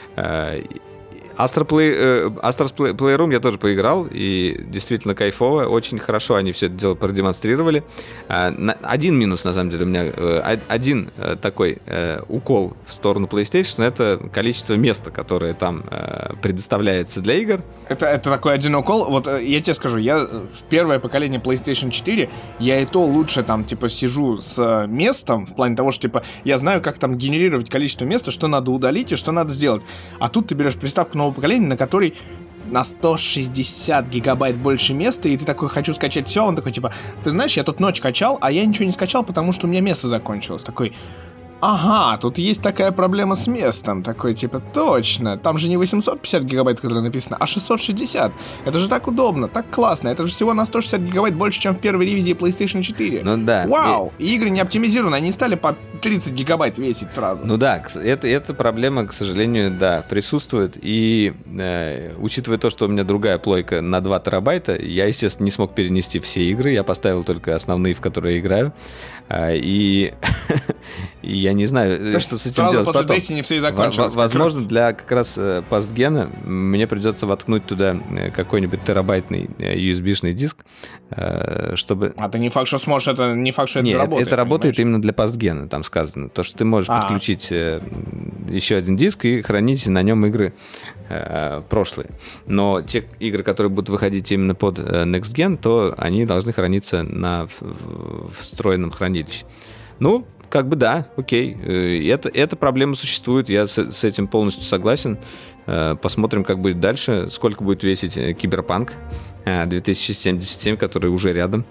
Astral Play, э, Astral Play, Playroom я тоже поиграл, и действительно кайфово, очень хорошо они все это дело продемонстрировали. Э, на, один минус, на самом деле, у меня, э, один э, такой э, укол в сторону PlayStation, это количество места, которое там э, предоставляется для игр. Это, это такой один укол. Вот я тебе скажу, я первое поколение PlayStation четыре, я и то лучше там, типа, сижу с местом, в плане того, что, типа, я знаю, как там генерировать количество места, что надо удалить и что надо сделать. А тут ты берешь приставку нового поколения, на которой на сто шестьдесят гигабайт больше места, и ты такой, хочу скачать все, он такой, типа, ты знаешь, я тут ночь качал, а я ничего не скачал, потому что у меня место закончилось. Такой, ага, тут есть такая проблема с местом. Такой, типа, точно, там же не восемьсот пятьдесят гигабайт, когда написано, а шестьсот шестьдесят. Это же так удобно, так классно. Это же всего на сто шестьдесят гигабайт больше, чем в первой ревизии PlayStation четыре. Ну да. Вау, и игры не оптимизированы, они стали по тридцать гигабайт весить сразу. Ну да, это, эта проблема, к сожалению, да, присутствует. И э, учитывая то, что у меня другая плойка на два терабайта, я, естественно, не смог перенести все игры. Я поставил только основные, в которые я играю. Э, и, и я не знаю, что с этим сразу делать после потом. Destiny все и закончилось. Возможно, для как раз постгена мне придется воткнуть туда какой-нибудь терабайтный ю эс би-шный диск, чтобы... А ты не факт, что сможешь это, не факт, что это Нет, заработает. это работает понимаешь? именно для постгена, там сказано. То, что ты можешь А-а. подключить еще один диск и хранить на нем игры э, прошлые. Но те игры, которые будут выходить именно под Next Gen, то они должны храниться на встроенном хранилище. Ну, как бы да, окей. Это, эта проблема существует, я с, с этим полностью согласен. Посмотрим, как будет дальше, сколько будет весить Киберпанк две тысячи семьдесят семь, который уже рядом.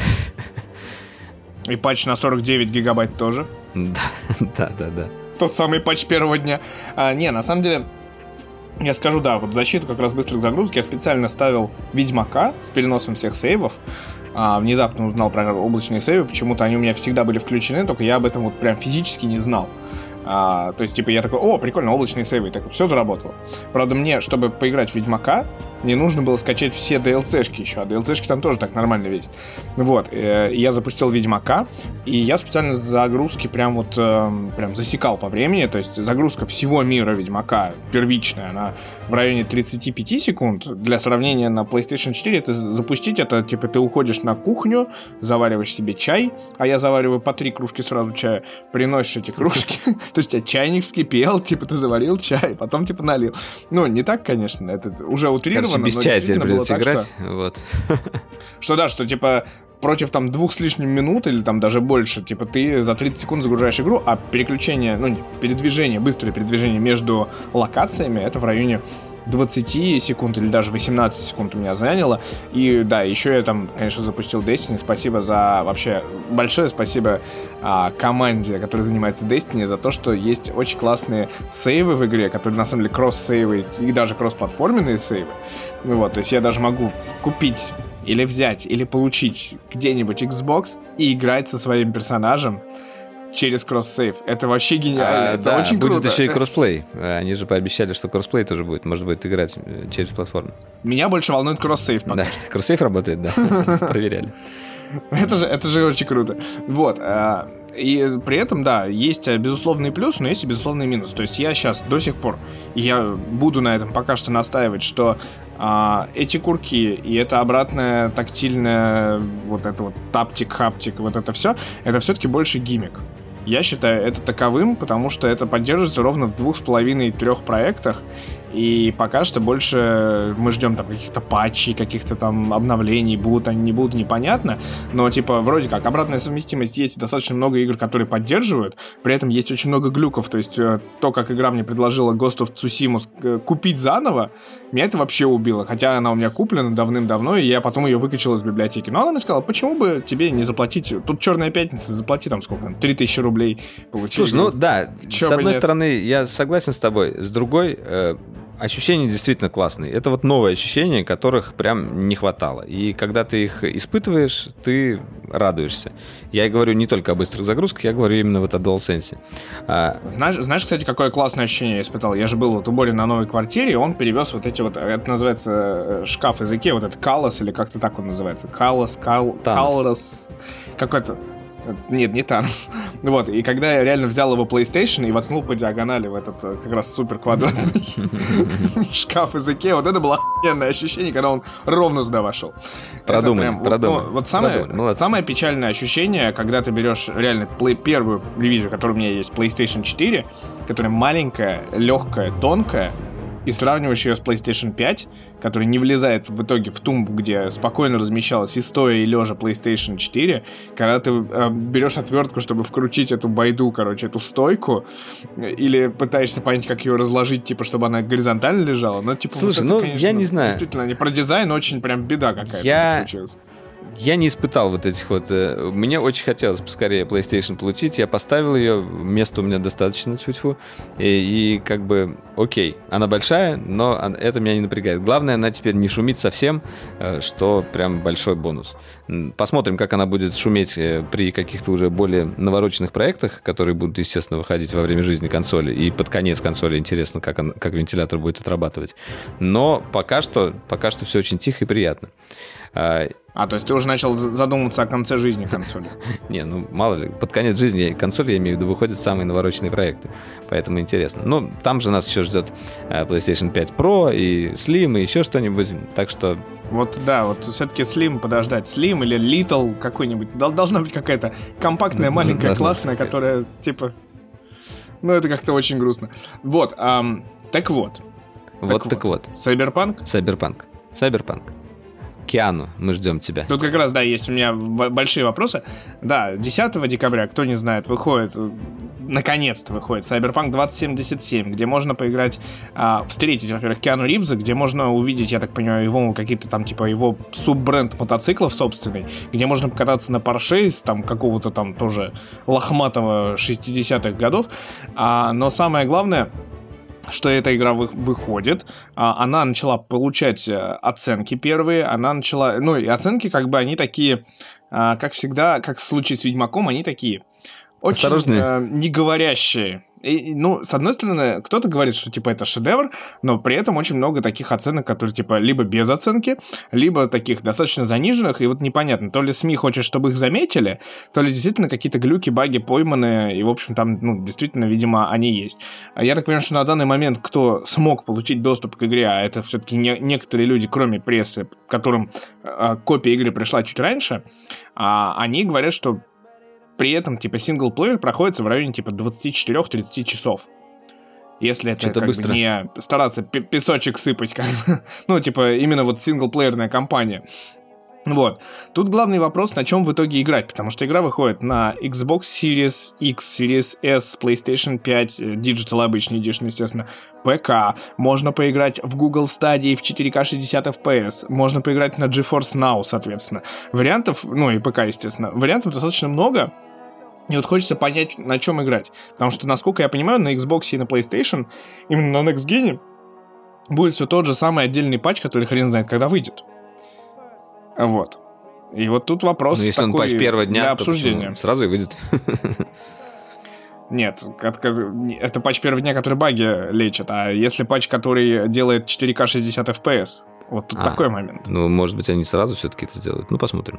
И патч на сорок девять гигабайт тоже. Да, да, да, да. Тот самый патч первого дня. А, не, на самом деле, я скажу, да, вот защиту как раз быстрых загрузок я специально ставил Ведьмака с переносом всех сейвов. А, внезапно узнал про облачные сейвы, почему-то они у меня всегда были включены, только я об этом вот прям физически не знал. А, то есть, типа, я такой, о, прикольно, облачные сейвы, и так все заработало. Правда, мне, чтобы поиграть в Ведьмака, мне нужно было скачать все ди эл си-шки еще, а ди эл си-шки там тоже так нормально весят. Вот, э, я запустил Ведьмака, и я специально загрузки прям вот, э, прям засекал по времени, то есть загрузка всего мира Ведьмака первичная, она в районе тридцать пять секунд. Для сравнения, на PlayStation четыре это запустить, это, типа, ты уходишь на кухню, завариваешь себе чай, а я завариваю по три кружки сразу чая, приносишь эти кружки, то есть у тебя чайник вскипел, типа, ты заварил чай, потом, типа, налил. Ну, не так, конечно, это уже утрировано. короче, без чая теперь придется играть. Что, вот. что да, что типа против там двух с лишним минут или там даже больше, типа ты за тридцать секунд загружаешь игру, а переключение, ну, передвижение, быстрое передвижение между локациями, это в районе двадцать секунд или даже восемнадцать секунд у меня заняло. И да, еще я там, конечно, запустил Destiny. Спасибо за вообще большое спасибо а, команде, которая занимается Destiny, за то, что есть очень классные сейвы в игре, которые на самом деле кросс-сейвы и даже кросс-платформенные сейвы. Ну вот, то есть я даже могу купить или взять, или получить где-нибудь Xbox и играть со своим персонажем через кросс-сейв. Это вообще гениально. А, это да, очень будет круто. Еще и кроссплей. Они же пообещали, что кроссплей тоже будет. Может быть, играть через платформу. Меня больше волнует кросс-сейв пока. Да, кросс-сейв работает, да. Проверяли. Это же, это же очень круто. Вот. И при этом, да, есть безусловный плюс, но есть и безусловный минус. То есть я сейчас до сих пор, я буду на этом пока что настаивать, что а, эти курки и это обратное тактильное, вот это вот таптик-хаптик, вот это все, это все-таки больше гиммик. Я считаю это таковым, потому что это поддерживается ровно в двух с половиной-трех проектах, и пока что больше мы ждем там каких-то патчей, каких-то там обновлений, будут они, не будут, непонятно, но типа вроде как обратная совместимость есть, и достаточно много игр, которые поддерживают, при этом есть очень много глюков, то есть то, как игра мне предложила Ghost of Tsushima купить заново, меня это вообще убило, хотя она у меня куплена давным-давно, и я потом ее выкачал из библиотеки, но она мне сказала, почему бы тебе не заплатить, тут Черная пятница, заплати там сколько там, три тысячи рублей получить. Слушай, ну да, Чё с одной нет? стороны, я согласен с тобой, с другой, э, ощущения действительно классные. Это вот новые ощущения, которых прям не хватало. И когда ты их испытываешь, ты радуешься. Я и говорю не только о быстрых загрузках, я говорю именно вот о DualSense. А... Знаешь, знаешь, кстати, какое классное ощущение я испытал? Я же был вот у Бори на новой квартире, и он перевез вот эти вот, это называется шкаф в языке, вот это Калос, или как-то так он называется. Калос, Кал... Калос. Какой-то... Нет, не Танос. Вот, и когда я реально взял его PlayStation и воткнул по диагонали в этот как раз супер квадратный шкаф из Икеа, вот это было охуенное ощущение, когда он ровно туда вошел. Продумай, продумай. Вот самое печальное ощущение, когда ты берешь реально первую ревизию, которая у меня есть, PlayStation четыре, которая маленькая, легкая, тонкая, и сравниваешь ее с PlayStation пять, который не влезает в итоге в тумбу, где спокойно размещалась и стоя, и лежа PlayStation четыре, когда ты э, берешь отвертку, чтобы вкрутить эту байду, короче, эту стойку, или пытаешься понять, как ее разложить, типа, чтобы она горизонтально лежала, но, типа, слушай, вот это, ну, конечно, я не знаю. Действительно, не про дизайн, очень прям беда какая-то я... случилась. Я не испытал вот этих вот... Мне очень хотелось поскорее PlayStation получить. Я поставил ее, места у меня достаточно, тьфу-тьфу. И, и как бы, окей, она большая, но это меня не напрягает. Главное, она теперь не шумит совсем, что прям большой бонус. Посмотрим, как она будет шуметь при каких-то уже более навороченных проектах, которые будут, естественно, выходить во время жизни консоли. И под конец консоли интересно, как, он, как вентилятор будет отрабатывать. Но пока что, пока что все очень тихо и приятно. А, то есть ты уже начал задумываться о конце жизни консоли? Не, ну мало ли, под конец жизни консоли, я имею в виду, выходят самые навороченные проекты, поэтому интересно. Ну, там же нас еще ждет PlayStation пять Pro и Slim, и еще что-нибудь, так что... Вот, да, вот все-таки Slim подождать. Slim или Little какой-нибудь. Должна быть какая-то компактная, маленькая, классная, которая, типа... Ну, это как-то очень грустно. Вот, эм, так вот. Вот так вот. Cyberpunk? Cyberpunk. Cyberpunk. Киану, мы ждем тебя. Тут как раз, да, есть у меня большие вопросы. Да, десятого декабря, кто не знает, выходит, наконец-то выходит Cyberpunk двадцать семьдесят семь, где можно поиграть, а, встретить, во-первых, Киану Ривза, где можно увидеть, я так понимаю, его какие-то там, типа, его суббренд мотоциклов собственный, где можно покататься на Porsche из там какого-то там тоже лохматого шестидесятых годов. А, но самое главное... что эта игра вы, выходит, а, она начала получать оценки первые, она начала... Ну, и оценки, как бы, они такие, а, как всегда, как в случае с Ведьмаком, они такие очень а, не говорящие. И, ну, с одной стороны, кто-то говорит, что, типа, это шедевр, но при этом очень много таких оценок, которые, типа, либо без оценки, либо таких достаточно заниженных, и вот непонятно, то ли СМИ хочет, чтобы их заметили, то ли действительно какие-то глюки, баги пойманы, и, в общем, там, ну, действительно, видимо, они есть. Я так понимаю, что на данный момент, кто смог получить доступ к игре, а это все-таки не, некоторые люди, кроме прессы, которым э, копия игры пришла чуть раньше, э, они говорят, что при этом, типа, синглплеер проходится в районе, типа, двадцать четыре-тридцать часов. Если это как бы не стараться песочек сыпать, как бы, ну, типа, именно вот синглплеерная кампания. Вот. Тут главный вопрос, на чем в итоге играть, потому что игра выходит на Xbox Series X, Series S, PlayStation пять, Digital обычный Edition, естественно, ПК. Можно поиграть в Google Stadia в четыре ка шестьдесят эф пи эс. Можно поиграть на GeForce Now, соответственно. Вариантов, ну и ПК, естественно, вариантов достаточно много. И вот хочется понять, на чем играть. Потому что, насколько я понимаю, на Xbox и на PlayStation, именно на Next Gen, будет все тот же самый отдельный патч, который хрен знает, когда выйдет. Вот. И вот тут вопрос ну, если такой он патч первого дня, для обсуждения. То сразу и выйдет. Нет, это патч первого дня, который баги лечит. А если патч, который делает четыре ка шестьдесят эф пи эс? Вот тут а, такой момент. Ну, может быть, они сразу все-таки это сделают. Ну, посмотрим.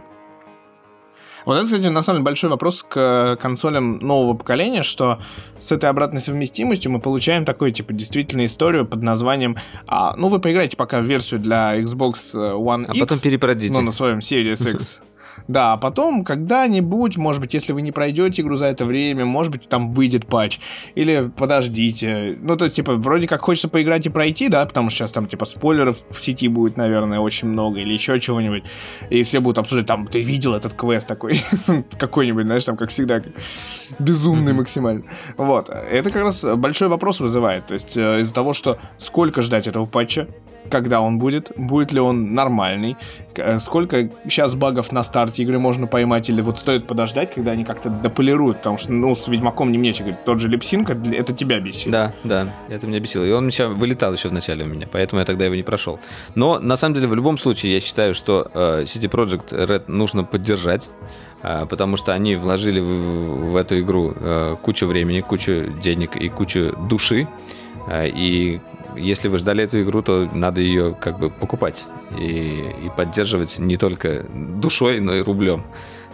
Вот это, кстати, на самом деле большой вопрос к консолям нового поколения, что с этой обратной совместимостью мы получаем такую, типа, действительно историю под названием а, ну, вы поиграете пока в версию для Xbox One X. А потом перепродите. Ну, на своем Series X. Да, а потом когда-нибудь, может быть, если вы не пройдете игру за это время, может быть, там выйдет патч. Или подождите. Ну, то есть, типа, вроде как хочется поиграть и пройти, да, потому что сейчас там, типа, спойлеров в сети будет, наверное, очень много, или еще чего-нибудь. И все будут обсуждать, там, ты видел этот квест такой, какой-нибудь, знаешь, там, как всегда, безумный максимально. Вот. Это как раз большой вопрос вызывает. То есть, из-за того, что сколько ждать этого патча, когда он будет, будет ли он нормальный, сколько сейчас багов на старте игры можно поймать, или вот стоит подождать, когда они как-то дополируют, потому что, ну, с Ведьмаком не мне, говорит, тот же липсинг, это тебя бесит. Да, да, это меня бесило, и он еще вылетал еще в начале у меня, поэтому я тогда его не прошел. Но, на самом деле, в любом случае, я считаю, что э, си ди Projekt Red нужно поддержать, э, потому что они вложили в, в эту игру э, кучу времени, кучу денег и кучу души, э, и если вы ждали эту игру, то надо ее как бы покупать и, и поддерживать не только душой, но и рублем.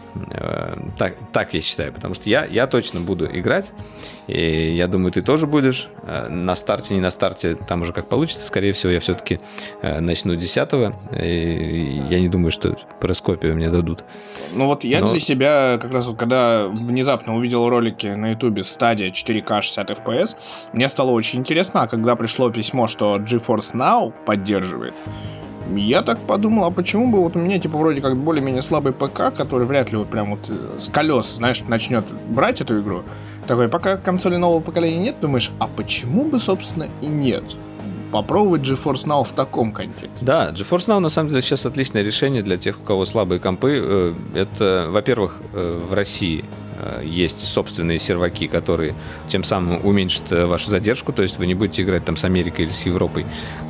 Так, так я считаю, потому что я, я точно буду играть, и я думаю, ты тоже будешь. На старте, не на старте, там уже как получится. Скорее всего, я все-таки начну десятого, и я не думаю, что проскопию мне дадут. Ну вот я Но... для себя, как раз вот когда внезапно увидел ролики на ютубе Stadia четыре ка шестьдесят эф пи эс, мне стало очень интересно, а когда пришло письмо, что GeForce Now поддерживает, я так подумал, а почему бы вот у меня, типа, вроде как более-менее слабый ПК, который вряд ли вот прям вот с колес, знаешь, начнет брать эту игру. Такой, пока консоли нового поколения нет, думаешь, а почему бы, собственно, и нет? Попробовать GeForce Now в таком контексте. Да, GeForce Now, на самом деле, сейчас отличное решение для тех, у кого слабые компы. Это, во-первых, в России есть собственные серваки, которые тем самым уменьшат вашу задержку, то есть вы не будете играть там с Америкой или с Европой.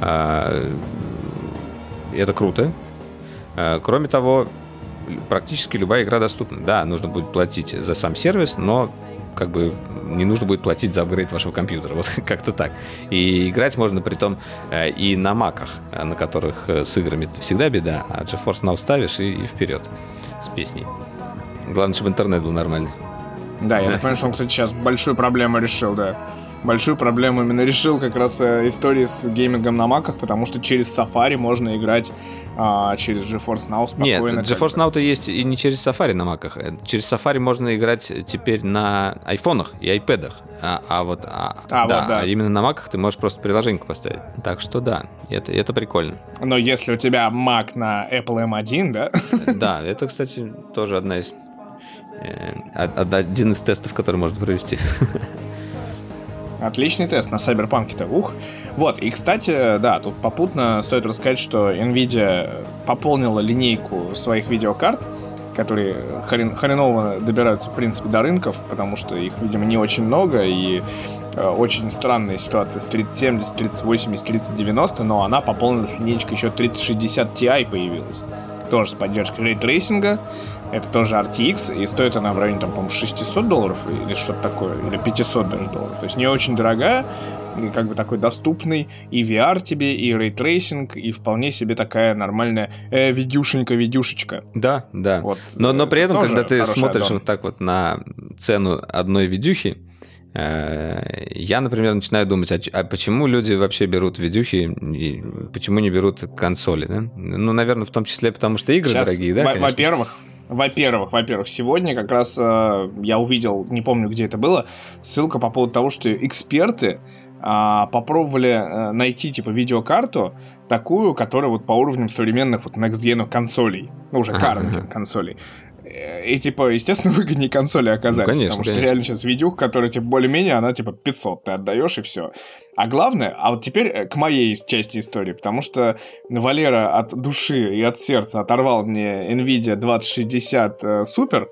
Это круто. Кроме того, практически любая игра доступна. Да, нужно будет платить за сам сервис, но как бы не нужно будет платить за апгрейд вашего компьютера. Вот как-то так. И играть можно при том и на маках, на которых с играми всегда беда, а GeForce Now ставишь и, и вперед с песней. Главное, чтобы интернет был нормальный. Да, я так понимаю, что он, кстати, сейчас большую проблему решил, да. Большую проблему именно решил как раз э, истории с геймингом на маках, потому что через Safari можно играть э, через GeForce Now спокойно. Нет, GeForce Now-то есть и не через Safari на маках. Через Safari можно играть теперь на айфонах и айпэдах. А, а вот, а, а, да, вот да. А именно на маках ты можешь просто приложеньку поставить. Так что да, это, это прикольно. Но если у тебя Mac на Apple эм один, да? Да, это, кстати, тоже одна из, э, один из тестов, который можно провести. Отличный тест на Cyberpunk-то, ух. Вот, и, кстати, да, тут попутно стоит рассказать, что Nvidia пополнила линейку своих видеокарт, которые хрен, хреново добираются, в принципе, до рынков, потому что их, видимо, не очень много, и э, очень странная ситуация с тридцать семьдесят, тридцать восемьдесят, тридцать девяносто, но она пополнилась линейкой, еще тридцать шестьдесят Ti появилась, тоже с поддержкой рейтрейсинга. Это тоже ар ти экс, и стоит она в районе, там, по-моему, шестьсот долларов или что-то такое, или пятьсот даже долларов. То есть не очень дорогая, и как бы такой доступный и ви ар тебе, и рейтрейсинг, и вполне себе такая нормальная э, видюшенька-видюшечка. Да, да. Вот, но, но при этом, когда ты смотришь аддон. Вот так вот на цену одной видюхи, э, я, например, начинаю думать, а, а почему люди вообще берут видюхи, и почему не берут консоли, да? Ну, наверное, в том числе потому, что игры Сейчас, дорогие, да, во- Во-первых, Во-первых, во-первых, сегодня как раз э, я увидел, не помню, где это было, ссылка по поводу того, что эксперты а, попробовали а, найти, типа, видеокарту такую, которая вот по уровням современных вот next-gen консолей, ну, уже current консолей. И, типа, естественно, выгоднее консоли оказались. Ну, конечно, потому что конечно. Реально сейчас видюха, которая, типа, более-менее, она, типа, пятьсот ты отдаешь, и все. А главное, а вот теперь к моей части истории, потому что Валера от души и от сердца оторвал мне NVIDIA двадцать шестьдесят Super,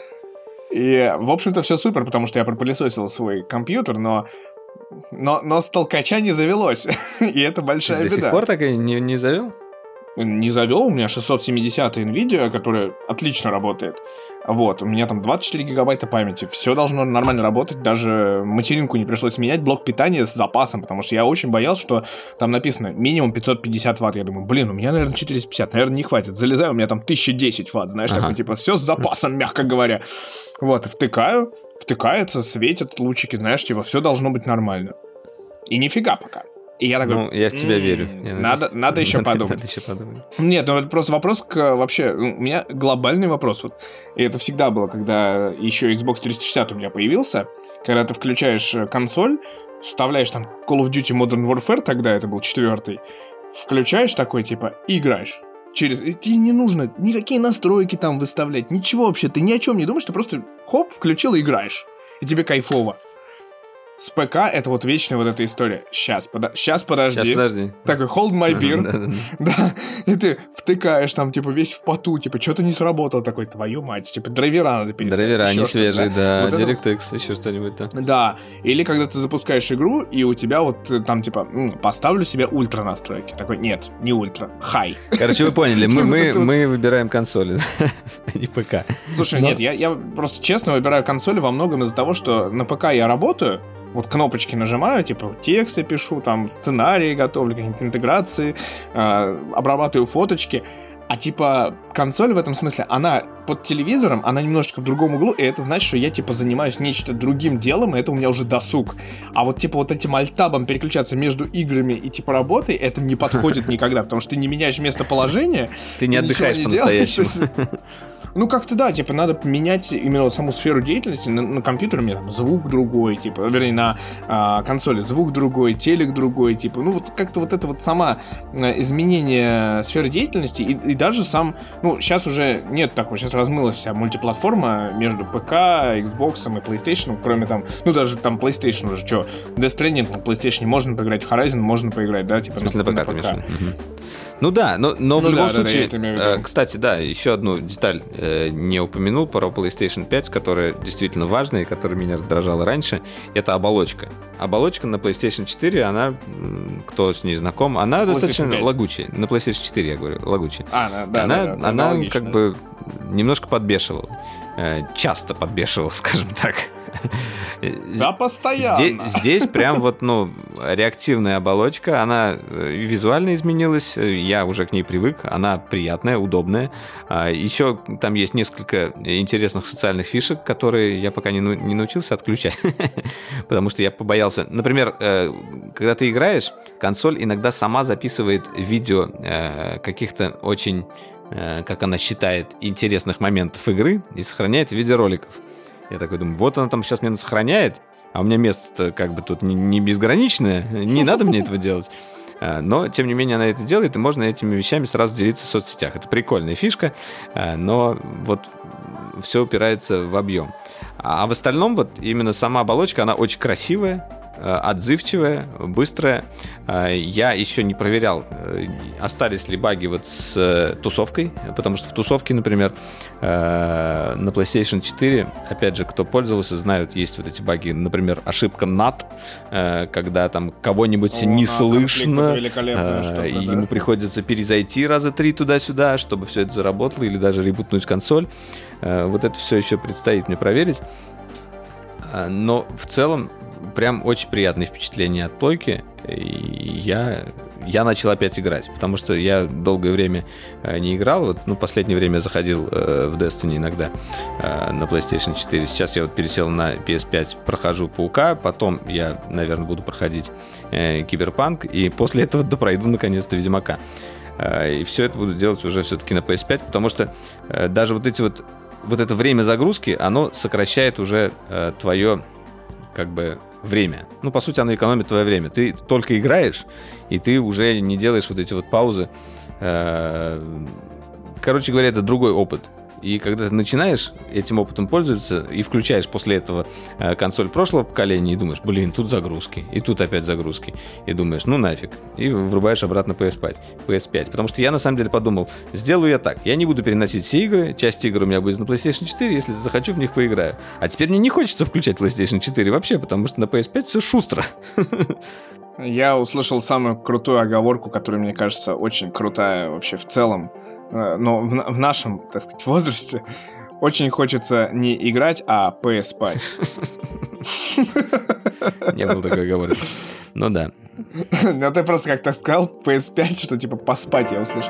и, в общем-то, все супер, потому что я пропылесосил свой компьютер, но... Но, но с толкача не завелось, и это большая Ты беда. До сих пор так и не, не завел? Не завел, у меня шестьсот семьдесят NVIDIA, которая отлично работает. Вот, у меня там двадцать четыре гигабайта памяти. Все должно нормально работать, даже материнку не пришлось менять, блок питания с запасом, потому что я очень боялся, что там написано минимум пятьсот пятьдесят ватт. Я думаю, блин, у меня, наверное, четыреста пятьдесят, наверное, не хватит. Залезаю, у меня там тысяча десять ватт, знаешь, ага. такой, типа, все с запасом, мягко говоря. Вот, втыкаю, втыкается, светят лучики, знаешь, типа, все должно быть нормально. И нифига пока. И я такой... Ну, я в тебя верю. Я надо, надо, надо еще подумать. Надо еще подумать. Нет, ну это просто вопрос к... Вообще, у меня глобальный вопрос. Вот, и это всегда было, когда еще Xbox триста шестьдесят у меня появился. Когда ты включаешь консоль, вставляешь там Call of Duty Modern Warfare, тогда это был четвертый, включаешь такой, типа, и играешь. Через... Тебе не нужно никакие настройки там выставлять, ничего вообще. Ты ни о чем не думаешь, ты просто хоп, включил и играешь. И тебе кайфово. С ПК это вот вечная вот эта история. Сейчас, подо... Сейчас подожди. Сейчас подожди. Такой, hold my beer. Да, и ты втыкаешь там, типа, весь в поту, типа, что-то не сработало. Такой, твою мать, типа, драйвера надо переставить. Драйвера, они свежие, да. Вот DirectX, это... еще что-нибудь, да. Да, или когда ты запускаешь игру, и у тебя вот там, типа, поставлю себе ультра настройки. Такой, нет, не ультра, хай. Короче, вы поняли, мы, мы, мы выбираем консоли, а не ПК. Слушай, Но... нет, я, я просто честно выбираю консоли во многом из-за того, что на ПК я работаю, вот кнопочки нажимаю, типа тексты пишу, там сценарии готовлю, какие-нибудь интеграции, э, обрабатываю фоточки. А типа консоль в этом смысле, она под телевизором, она немножечко в другом углу, и это значит, что я типа занимаюсь нечто другим делом, и это у меня уже досуг. А вот типа вот этим альтабом переключаться между играми и типа работой, это не подходит никогда, потому что ты не меняешь местоположение. Ты не отдыхаешь по-настоящему. Ну, как-то да, типа, надо менять именно вот саму сферу деятельности. На, на компьютере у меня там звук другой, типа, вернее, на а, консоли звук другой, телек другой, типа, ну, вот как-то вот это вот сама а, изменение сферы деятельности и, и даже сам, ну, сейчас уже нет такого, сейчас размылась вся мультиплатформа между ПК, Xbox и PlayStation, кроме там, ну, даже там PlayStation уже, что, Death Stranding на PlayStation можно поиграть, в Horizon можно поиграть, да, типа, в смысле, на, на ПК, на ПК. Ну да, но, но ну в любом да, случае, да, да, кстати, да, еще одну деталь э, не упомянул про PlayStation пять, которая действительно важная и которая меня раздражала раньше, это оболочка. Оболочка на PlayStation четыре, она, кто с ней знаком, она достаточно пять. Лагучая. На PlayStation четыре, я говорю, лагучая. А, да, да, она да, да, она как бы немножко подбешивала. Э, часто подбешивала, скажем так. Да, постоянно. Здесь, здесь прям вот, ну, реактивная оболочка, она визуально изменилась, я уже к ней привык, она приятная, удобная. Еще там есть несколько интересных социальных фишек, которые я пока не, не научился отключать, потому что я побоялся. Например, когда ты играешь, консоль иногда сама записывает видео каких-то очень, как она считает, интересных моментов игры и сохраняет в виде роликов. Я такой думаю, вот она там сейчас меня сохраняет, а у меня место как бы тут не, не безграничное, не надо мне этого делать. Но, тем не менее, она это делает, и можно этими вещами сразу делиться в соцсетях. Это прикольная фишка, но вот все упирается в объем. А в остальном вот именно сама оболочка, она очень красивая, отзывчивая, быстрая. Я еще не проверял, остались ли баги вот с тусовкой, потому что в тусовке, например, на PlayStation четыре, опять же, кто пользовался, знают, есть вот эти баги, например, ошибка нат, когда там кого-нибудь О, не слышно, и штука, ему да? приходится перезайти раза три туда-сюда, чтобы все это заработало, или даже ребутнуть консоль. Вот это все еще предстоит мне проверить. Но в целом прям очень приятные впечатления от плойки. И я, я начал опять играть, потому что я долгое время не играл. Вот, ну, последнее время заходил э, в Destiny иногда э, на PlayStation четыре. Сейчас я вот пересел на пи эс пять, прохожу Паука, потом я, наверное, буду проходить э, Киберпанк, и после этого допройду наконец-то Ведьмака. Э, и все это буду делать уже все-таки на пи эс пять, потому что э, даже вот эти вот вот это время загрузки, оно сокращает уже э, твое как бы время. Ну, по сути, оно экономит твое время. Ты только играешь, и ты уже не делаешь вот эти вот паузы. Короче говоря, это другой опыт. И когда ты начинаешь этим опытом пользоваться и включаешь после этого консоль прошлого поколения и думаешь, блин, тут загрузки, и тут опять загрузки, и думаешь, ну нафиг, и врубаешь обратно пи эс пять, пи эс пять. Потому что я на самом деле подумал, сделаю я так, я не буду переносить все игры, часть игр у меня будет на PlayStation четыре, если захочу, в них поиграю. А теперь мне не хочется включать PlayStation четыре вообще, потому что на пи эс пять все шустро. Я услышал самую крутую оговорку, которая, мне кажется, очень крутая вообще в целом. Но в, в нашем, так сказать, возрасте очень хочется не играть, а пи эс пять. Не было такой оговорки. Ну да. Ну ты просто как-то сказал пи эс пять, что типа поспать я услышал.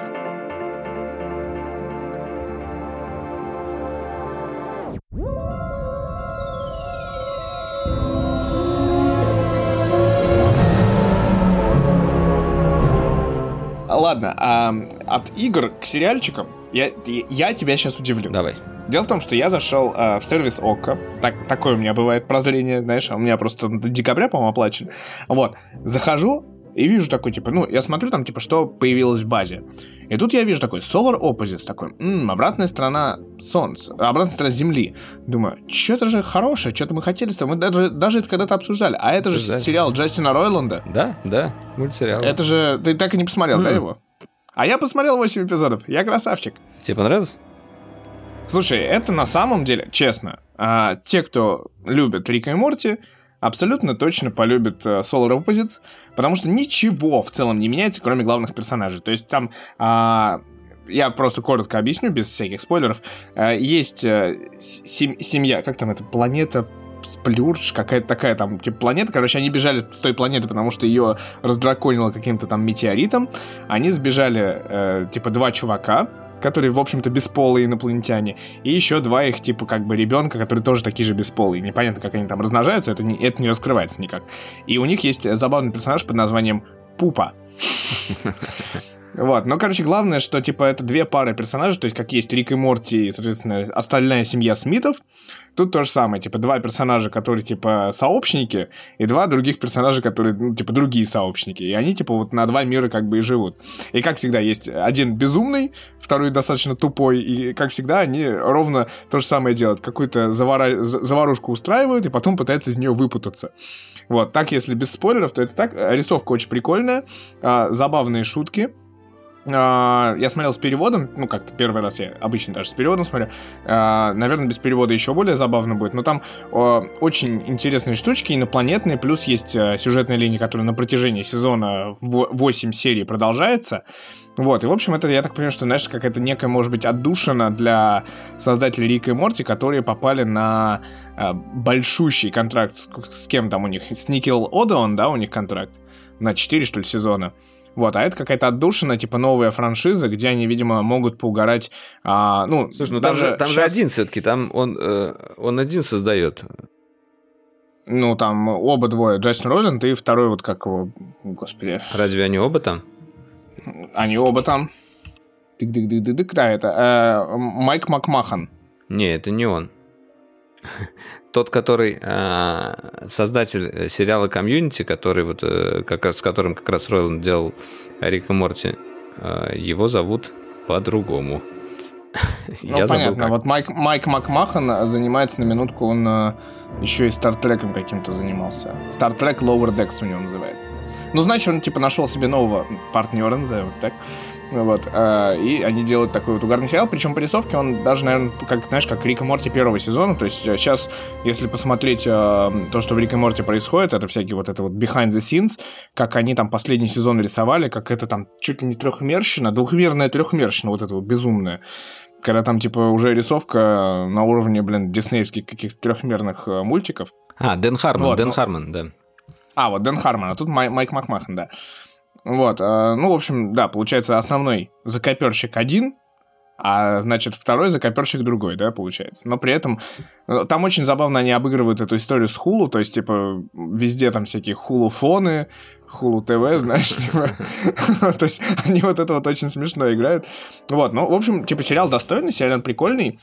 Ладно, а от игр к сериальчикам я, я тебя сейчас удивлю. Давай. Дело в том, что я зашел э, в сервис ОККО. Так, такое у меня бывает прозрение, знаешь, у меня просто до декабря, по-моему, оплачен. Вот, захожу и вижу такой, типа, ну, я смотрю там, типа, что появилось в базе. И тут я вижу такой Solar Opposites, такой, м-м, обратная сторона Солнца, обратная сторона Земли. Думаю, что-то же хорошее, что-то мы хотели с тобой, мы даже, даже это когда-то обсуждали. А это обсуждали. Же сериал Джастина Ройланда. Да, да, мультсериал. Это же, ты так и не посмотрел, mm. да, его? А я посмотрел восемь эпизодов, я красавчик. Тебе понравилось? Слушай, это на самом деле, честно, а, те, кто любит Рика и Морти, абсолютно точно полюбит uh, Solar Opposites, потому что ничего в целом не меняется, кроме главных персонажей. То есть там, uh, я просто коротко объясню, без всяких спойлеров, uh, есть uh, сем- семья, как там это, планета Сплюрдж, какая-то такая там типа планета. Короче, они бежали с той планеты, потому что ее раздраконило каким-то там метеоритом. Они сбежали, uh, типа, два чувака, которые, в общем-то, бесполые инопланетяне, и еще два их, типа, как бы ребенка, которые тоже такие же бесполые. Непонятно, как они там размножаются, это не, это не раскрывается никак. И у них есть забавный персонаж под названием Пупа. Вот, но, короче, главное, что, типа, это две пары персонажей, то есть, как есть Рик и Морти и, соответственно, остальная семья Смитов, тут то же самое, типа, два персонажа, которые, типа, сообщники, и два других персонажа, которые, ну, типа, другие сообщники, и они, типа, вот на два мира как бы и живут. И, как всегда, есть один безумный, второй достаточно тупой, и, как всегда, они ровно то же самое делают, какую-то завара... заварушку устраивают, и потом пытаются из нее выпутаться. Вот, так, если без спойлеров, то это так, рисовка очень прикольная, забавные шутки. Uh, я смотрел с переводом, ну, как-то первый раз я обычно даже с переводом смотрю. Uh, наверное, без перевода еще более забавно будет. Но там uh, очень интересные штучки инопланетные, плюс есть uh, сюжетная линия, которая на протяжении сезона восемь серий продолжается. Вот, и, в общем, это, я так понимаю, что, знаешь, какая-то некая, может быть, отдушина для создателей Рика и Морти, которые попали на uh, большущий контракт с, с кем там у них? С Nickelodeon, да, у них контракт? На четыре, что ли, сезона. Вот, а это какая-то отдушина, типа новая франшиза, где они, видимо, могут поугарать. А, ну, слушай, ну даже, там, же, там сейчас... же один все-таки, там он, э, он один создает. Ну, там оба двое, Джастин Ройланд и второй, вот как его, господи. Разве они оба там? Они оба там. Тык-дык-дык-дык, да, это э, Майк Макмахан. Не, это не он. Тот, который э, создатель сериала «Комьюнити», который вот, э, как раз, с которым как раз Ройланд делал Рик и Морти, э, его зовут по-другому. Ну, я понятно. Забыл, вот Майк, Майк Макмахан занимается, на минутку, он э, еще и Стартреком каким-то занимался. Стартрек Lower Decks у него называется. Ну, значит, он типа нашел себе нового партнера, назовем так. Вот, э, и они делают такой вот угарный сериал, причем по рисовке он даже, наверное, как, знаешь, как Рик и Морти первого сезона, то есть сейчас, если посмотреть э, то, что в Рик и Морти происходит, это всякие вот это вот behind the scenes, как они там последний сезон рисовали, как это там чуть ли не трехмерщина, двухмерная трехмерщина, вот это вот безумная, когда там типа уже рисовка на уровне, блин, диснеевских каких-то трехмерных э, мультиков. А, Дэн Хармон, вот, Дэн ну... Хармон, да. А, вот Дэн Хармон, а тут Май- Майк Макмахан, да. Вот, ну, в общем, да, получается, основной закоперщик один, а, значит, второй закоперщик другой, да, получается. Но при этом там очень забавно они обыгрывают эту историю с Hulu, то есть, типа, везде там всякие Hulu-фоны, Hulu ти ви, знаешь, типа. То есть они вот это вот очень смешно играют. Вот, ну, в общем, типа, сериал достойный, сериал прикольный.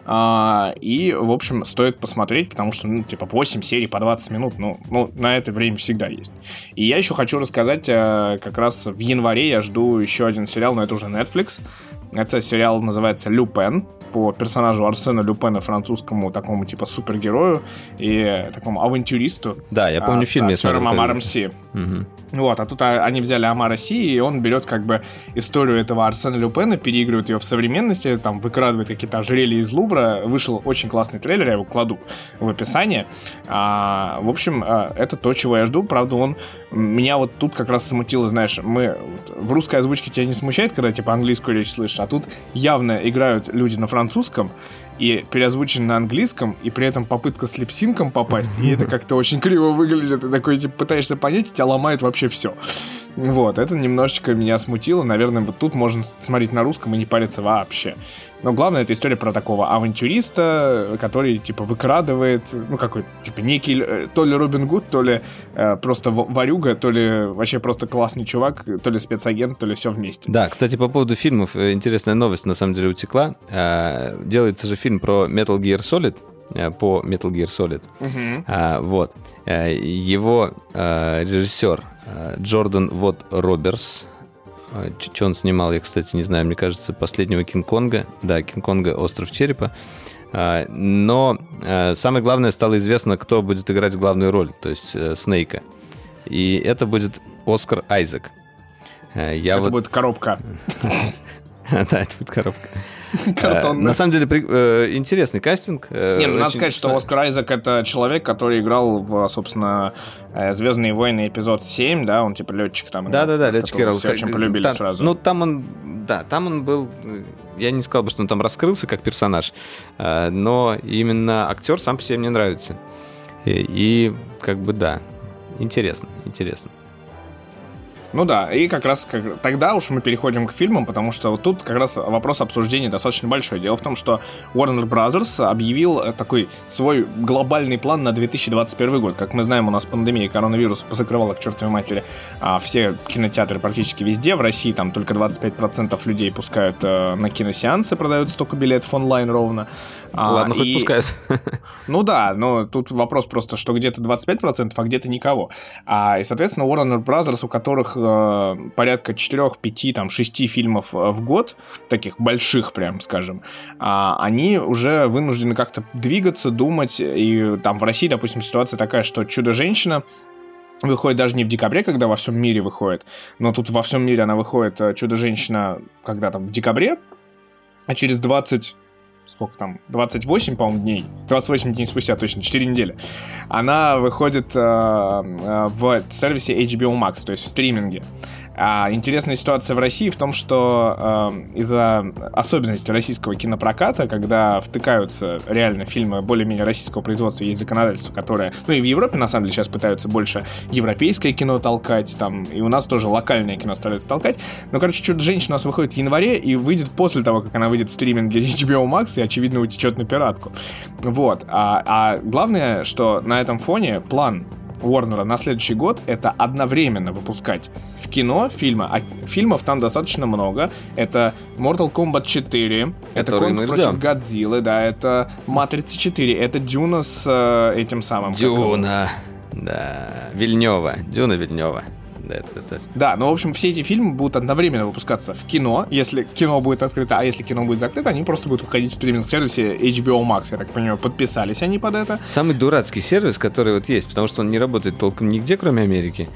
И, в общем, стоит посмотреть, потому что, ну, типа, восемь серий по двадцать минут, ну, ну, на это время всегда есть. И я еще хочу рассказать, как раз в январе я жду еще один сериал, но это уже Netflix. Это сериал называется «Люпен», по персонажу Арсена Люпена, французскому такому типа супергерою и такому авантюристу. Да, я помню а, фильм. С актером Омаром Си. Угу. Вот, а тут а, они взяли Омара Си, и он берет как бы историю этого Арсена Люпена, переигрывает ее в современности, там выкрадывает какие-то ожерелья из Лувра. Вышел очень классный трейлер, я его кладу в описание. А, в общем, а, это то, чего я жду. Правда, он меня вот тут как раз смутило, знаешь, мы в русской озвучке тебя не смущает, когда типа английскую речь слышишь, а тут явно играют люди на французском и переозвучен на английском, и при этом попытка с липсинком попасть, и это как-то очень криво выглядит, ты такой, типа, пытаешься понять, у тебя ломает вообще все. Вот, это немножечко меня смутило, наверное, вот тут можно смотреть на русском и не париться вообще. Но главное, это история про такого авантюриста, который, типа, выкрадывает, ну, какой-то, типа, некий, то ли Робин Гуд, то ли э, просто ворюга, то ли вообще просто классный чувак, то ли спецагент, то ли все вместе. Да, кстати, по поводу фильмов, интересная новость, на самом деле, утекла. Делается же фильм про Metal Gear Solid, по Metal Gear Solid. Uh-huh. А, вот. Его а, режиссер а, Джордан Вот Робертс. Что он снимал, я, кстати, не знаю. Мне кажется, последнего Кинг-Конга. Да, Кинг-Конга «Остров черепа». А, но а, самое главное, стало известно, кто будет играть главную роль, то есть а, Снейка. И это будет Оскар Айзек. А, я это вот... будет коробка. Да, это будет коробка. Картонная. На самом деле, интересный кастинг. Не, ну надо сказать, что Оскар Айзек — это человек, который играл в, собственно, «Звездные войны» эпизод семь, да, он типа летчик там. Да-да-да, летчик играл. Все очень полюбили сразу. Ну, там он, да, там он был, я не сказал бы, что он там раскрылся как персонаж, но именно актер сам по себе мне нравится. И, как бы, да, интересно, интересно. Ну да, и как раз как, тогда уж мы переходим к фильмам, потому что вот тут как раз вопрос обсуждения достаточно большой. Дело в том, что Warner Bros. Объявил такой свой глобальный план на две тысячи двадцать первый год. Как мы знаем, у нас пандемия коронавируса позакрывала к чертовой матери а, все кинотеатры практически везде. В России там только двадцать пять процентов людей пускают а, на киносеансы, продают столько билетов онлайн ровно. А, Ладно, хоть и... пускают. Ну да, но тут вопрос просто, что где-то двадцать пять процентов, а где-то никого. А, и, соответственно, Warner Bros., у которых порядка четыре, пять, там, шесть фильмов в год, таких больших, прям скажем, они уже вынуждены как-то двигаться, думать, и там в России, допустим, ситуация такая, что «Чудо-женщина» выходит даже не в декабре, когда во всем мире выходит, но тут во всем мире она выходит, «Чудо-женщина», когда там, в декабре, а через двадцать... сколько там, двадцать восемь, по-моему, дней, двадцать восемь дней спустя, точно, четыре недели, она выходит э, э, в сервисе эйч би о Max, то есть в стриминге. А интересная ситуация в России в том, что э, из-за особенностей российского кинопроката, когда втыкаются реально фильмы более-менее российского производства, есть законодательство, которое... Ну и в Европе, на самом деле, сейчас пытаются больше европейское кино толкать, там, и у нас тоже локальное кино стараются толкать. Но, короче, «Чудо-женщина» у нас выходит в январе и выйдет после того, как она выйдет в стриминге эйч би о Max и, очевидно, утечет на пиратку. Вот. А, а главное, что на этом фоне план Уорнера на следующий год — это одновременно выпускать в кино фильмы, а фильмов там достаточно много. Это Mortal Kombat четыре, это Конг против Годзиллы, да, это Матрица четыре, это Дюна с э, этим самым... Дюна, да, Вильнёва, Дюна Вильнёва. Да, это, это... да, ну, в общем, все эти фильмы будут одновременно выпускаться в кино, если кино будет открыто, а если кино будет закрыто, они просто будут выходить в стриминг-сервисе эйч би о Max, я так понимаю, подписались они под это. Самый дурацкий сервис, который вот есть, потому что он не работает толком нигде, кроме Америки,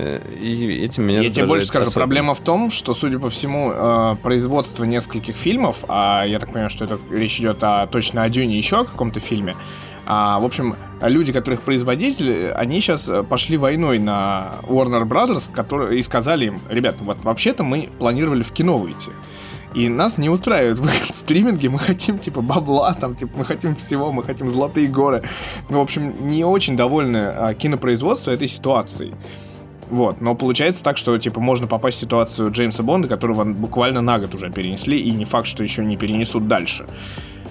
и этим меня Я тебе больше скажу, особенно. Проблема в том, что, судя по всему, производство нескольких фильмов, а я так понимаю, что это речь идет о, точно о Дюне и еще о каком-то фильме. А, в общем, люди, которых производители, они сейчас пошли войной на Warner Bros., которые, и сказали им: ребята, вот вообще-то мы планировали в кино выйти. И нас не устраивает выход в стриминге, мы хотим, типа, бабла, там, типа, мы хотим всего, мы хотим золотые горы. Ну, в общем, не очень довольны а, кинопроизводство этой ситуацией. Вот, но получается так, что, типа, можно попасть в ситуацию Джеймса Бонда, которого буквально на год уже перенесли, и не факт, что еще не перенесут дальше.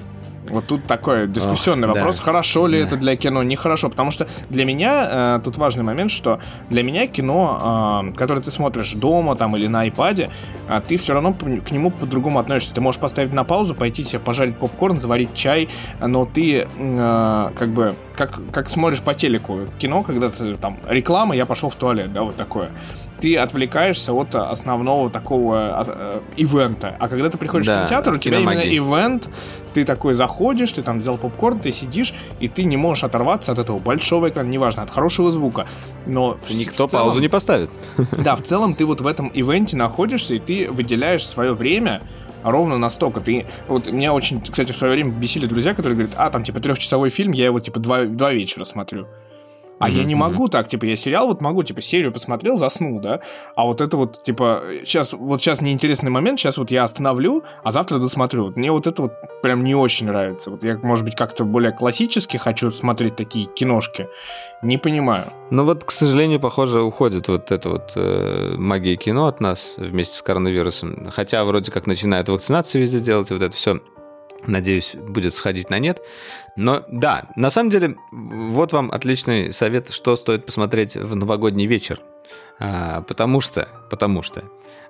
Вот тут такой дискуссионный Ох, вопрос, да. хорошо ли да. это для кино, нехорошо. Потому что для меня э, тут важный момент, что для меня кино, э, которое ты смотришь дома там, или на айпаде, э, ты все равно к нему по-другому относишься. Ты можешь поставить на паузу, пойти себе пожарить попкорн, заварить чай, но ты э, как бы как, как смотришь по телеку кино, когда ты там реклама, я пошел в туалет, да, вот такое. Ты отвлекаешься от основного такого э, ивента. А когда ты приходишь да, в кинотеатр, у тебя именно ивент, ты такой заходишь, ты там взял попкорн, ты сидишь, и ты не можешь оторваться от этого большого экрана, неважно, от хорошего звука. Но никто в целом, паузу не поставит. Да, в целом ты вот в этом ивенте находишься, и ты выделяешь свое время ровно настолько. Ты, вот меня очень, кстати, в свое время бесили друзья, которые говорят, а, там, типа, трехчасовой фильм, я его, типа, два, два вечера смотрю. А mm-hmm. я не могу так, типа, я сериал вот могу, типа, серию посмотрел, заснул, да, а вот это вот, типа, сейчас, вот сейчас неинтересный момент, сейчас вот я остановлю, а завтра досмотрю. Мне вот это вот прям не очень нравится. Вот я, может быть, как-то более классически хочу смотреть такие киношки, не понимаю. Ну вот, к сожалению, похоже, уходит вот эта вот э, магия кино от нас вместе с коронавирусом, хотя вроде как начинают вакцинацию везде делать, вот это все... Надеюсь, будет сходить на нет. Но да, на самом деле, вот вам отличный совет, что стоит посмотреть в новогодний вечер. А, потому что, потому что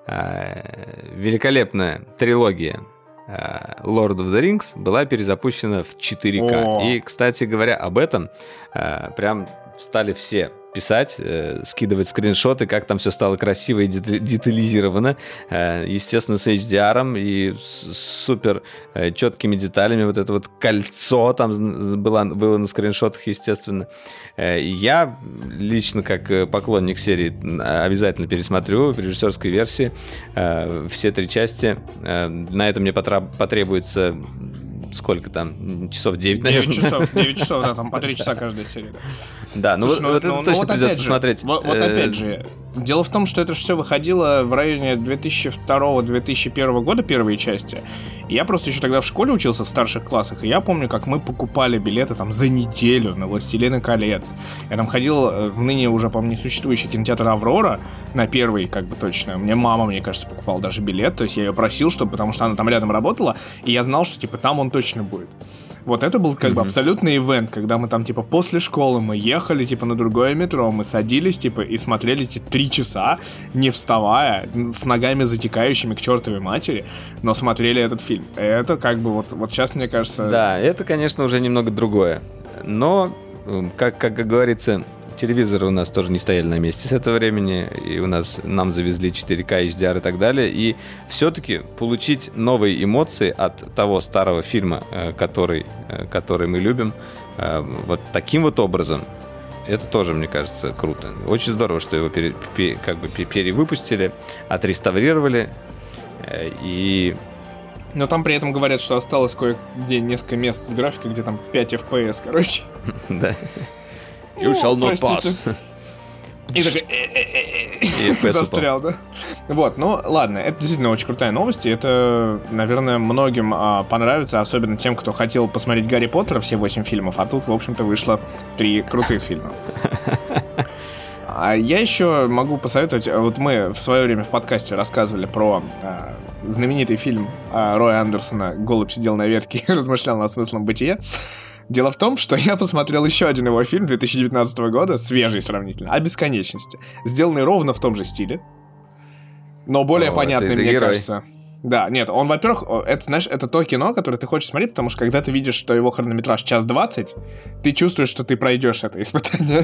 а, великолепная трилогия а, Lord of the Rings была перезапущена в четыре ка. О. И, кстати говоря, об этом а, прям стали все писать, э, скидывать скриншоты, как там все стало красиво и детализировано, э, естественно, с эйч ди ар и с супер э, четкими деталями. Вот это вот кольцо там было, было на скриншотах, естественно. Э, я лично, как поклонник серии, обязательно пересмотрю в режиссерской версии э, все три части. Э, на это мне потребуется... Сколько там? Часов девять, наверное? девять часов, девять часов, да, там по три часа каждая серия. Да, да ну Слушай, вот, ну, вот это ну, точно ну, придется вот смотреть. Вот, вот опять же, дело в том, что это все выходило в районе две тысячи второго - две тысячи первого года, первые части. Я просто еще тогда в школе учился в старших классах, и я помню, как мы покупали билеты там за неделю на «Властелины колец». Я там ходил в ныне уже, по-моему, несуществующий кинотеатр «Аврора» на первый, как бы точно. Мне мама, мне кажется, покупала даже билет, то есть я ее просил, чтобы, потому что она там рядом работала, и я знал, что, типа, там он точно будет. Вот это был как mm-hmm. бы абсолютный ивент, когда мы там, типа, после школы мы ехали, типа, на другое метро, мы садились, типа, и смотрели эти три часа, не вставая, с ногами затекающими к чертовой матери, но смотрели этот фильм. Это как бы вот, вот сейчас, мне кажется... Да, это, конечно, уже немного другое. Но, как, как говорится... Телевизоры у нас тоже не стояли на месте с этого времени, и у нас нам завезли четыре ка, эйч ди ар и так далее, и все-таки получить новые эмоции от того старого фильма, который, который мы любим, вот таким вот образом, это тоже, мне кажется, круто. Очень здорово, что его пере, пере, как бы перевыпустили, отреставрировали, и... Но там при этом говорят, что осталось кое-где несколько мест с графикой, где там пять эф пи эс, короче. Да. You shall not pass. И такой застрял, да? Вот, ну ладно, это действительно очень крутая новость, и это, наверное, многим а, понравится, особенно тем, кто хотел посмотреть Гарри Поттера, все восемь фильмов, а тут, в общем-то, вышло три крутых фильма. А я еще могу посоветовать, вот мы в свое время в подкасте рассказывали про а, знаменитый фильм а, Роя Андерсона «Голубь сидел на ветке и размышлял над смыслом бытия». Дело в том, что я посмотрел еще один его фильм две тысячи девятнадцатого года, свежий сравнительно, о бесконечности, сделанный ровно в том же стиле, но более О, понятный, мне герой. кажется. Да, нет, он, во-первых, это, знаешь, это то кино, которое ты хочешь смотреть, потому что когда ты видишь, что его хронометраж час двадцать, ты чувствуешь, что ты пройдешь это испытание.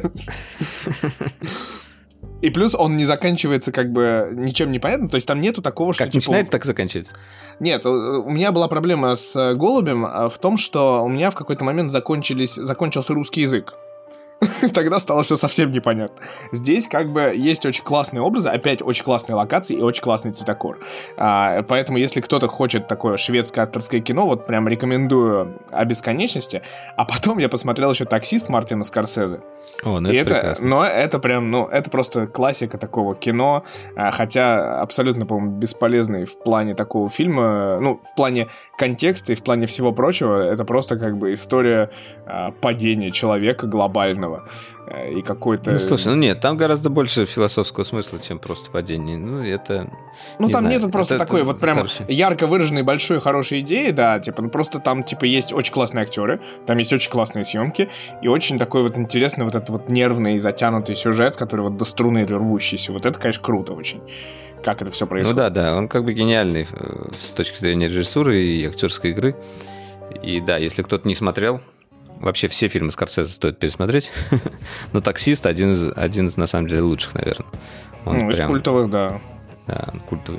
И плюс он не заканчивается как бы ничем не понятно, то есть там нету такого, что... Как типа... начинается, так заканчивается? Нет, у меня была проблема с «Голубем» в том, что у меня в какой-то момент закончились, закончился русский язык. Тогда стало все совсем непонятно. Здесь как бы есть очень классные образы, опять очень классные локации и очень классный цветокор. А, поэтому если кто-то хочет такое шведское авторское кино, вот прям рекомендую «О бесконечности». А потом я посмотрел еще «Таксист» Мартина Скорсезе. О, ну это, это Но это прям, ну, это просто классика такого кино, хотя абсолютно, по-моему, бесполезный в плане такого фильма, ну, в плане контекста и в плане всего прочего, это просто как бы история падения человека глобального. и какой-то... Ну, слушай, ну нет, там гораздо больше философского смысла, чем просто падение. Ну, это... Ну, не там знаю. нету просто это, такой это вот прям хороший. ярко выраженной большой хорошей идеи, да, типа, ну, просто там, типа, есть очень классные актеры, там есть очень классные съемки, и очень такой вот интересный вот этот вот нервный, затянутый сюжет, который вот до струны рвущийся. Вот это, конечно, круто очень, как это все происходит. Ну да, да, он как бы гениальный с точки зрения режиссуры и актерской игры. И да, если кто-то не смотрел, вообще все фильмы Скорсезе стоит пересмотреть. Но «Таксист» один из, один из, на самом деле, лучших, наверное. Он ну, из прям, культовых, да. Да, он культовый.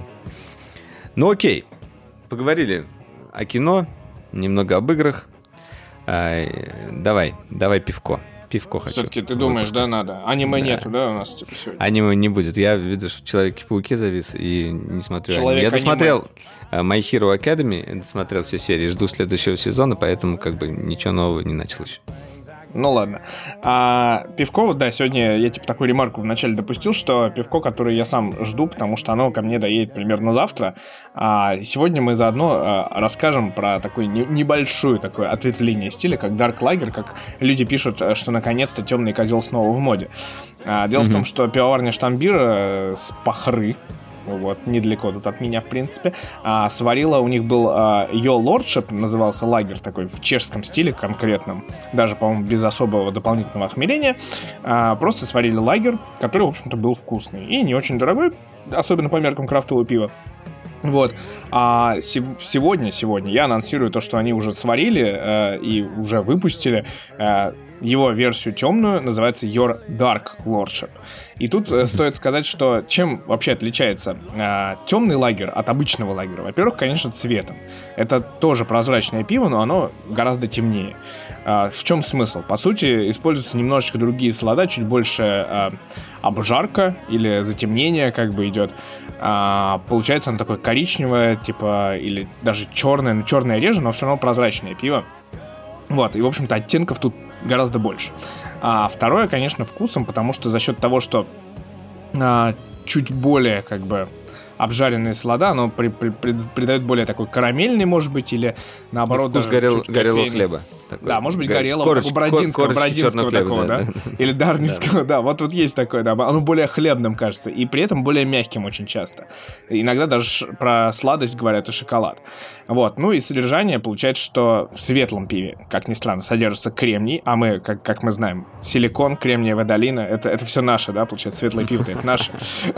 Ну окей, поговорили о кино, немного об играх. А, давай, давай пивко. Пивко хочу. Все-таки ты думаешь, выпуске. да, надо? Аниме Да. нету, да, у нас типа сегодня? Аниме не будет. Я, видишь, в «Человеке-пауке» завис и не смотрю аниме. Человек Я досмотрел аниме. uh, My Hero Academy, досмотрел все серии, жду следующего сезона, поэтому как бы ничего нового не начал еще. Ну ладно. А пивко, вот да, сегодня я типа такую ремарку вначале допустил, что пивко, которое я сам жду, потому что оно ко мне доедет примерно завтра. А сегодня мы заодно а, расскажем про такое не, небольшое такое ответвление стиля, как Dark Lager, как люди пишут, что наконец-то темный козел снова в моде. А, дело mm-hmm. в том, что пивоварня Штамбир э, с Пахры, вот, недалеко тут от меня, в принципе, а, сварила, у них был а, Your Lordship, назывался лагерь такой в чешском стиле конкретном, даже, по-моему, без особого дополнительного охмеления, а, просто сварили лагерь, который, в общем-то, был вкусный и не очень дорогой, особенно по меркам крафтового пива. Вот. А сев- сегодня, сегодня я анонсирую то, что они уже сварили э, и уже выпустили э, его версию темную, называется Your Dark Lordship. И тут э, стоит сказать, что чем вообще отличается э, темный лагерь от обычного лагеря? Во-первых, конечно, цветом. Это тоже прозрачное пиво, но оно гораздо темнее. Э, в чем смысл? По сути, используются немножечко другие слода, чуть больше э, обжарка или затемнение как бы идет. А, получается оно такое коричневое, типа, или даже черное, но черное реже, но все равно прозрачное пиво. Вот, и, в общем-то, оттенков тут гораздо больше. А второе, конечно, вкусом, потому что за счет того, что а, чуть более, как бы, обжаренные слода, оно при, при, при, придает более такой карамельный, может быть, или наоборот, вкус даже горел, чуть горелого кофейный. хлеба. Такой. Да, может быть, Го- горелого, корочь, такого бродинского, корочки бродинского черного такого, хлеба, да? да. Или дарнинского, да, вот тут есть такое, да, оно более хлебным, кажется, и при этом более мягким очень часто. Иногда даже ш- про сладость говорят и шоколад. Вот, ну и содержание получается, что в светлом пиве, как ни странно, содержится кремний, а мы, как, как мы знаем, силикон, кремниевая долина, это, это все наше, да, получается, светлое пиво-то это наше.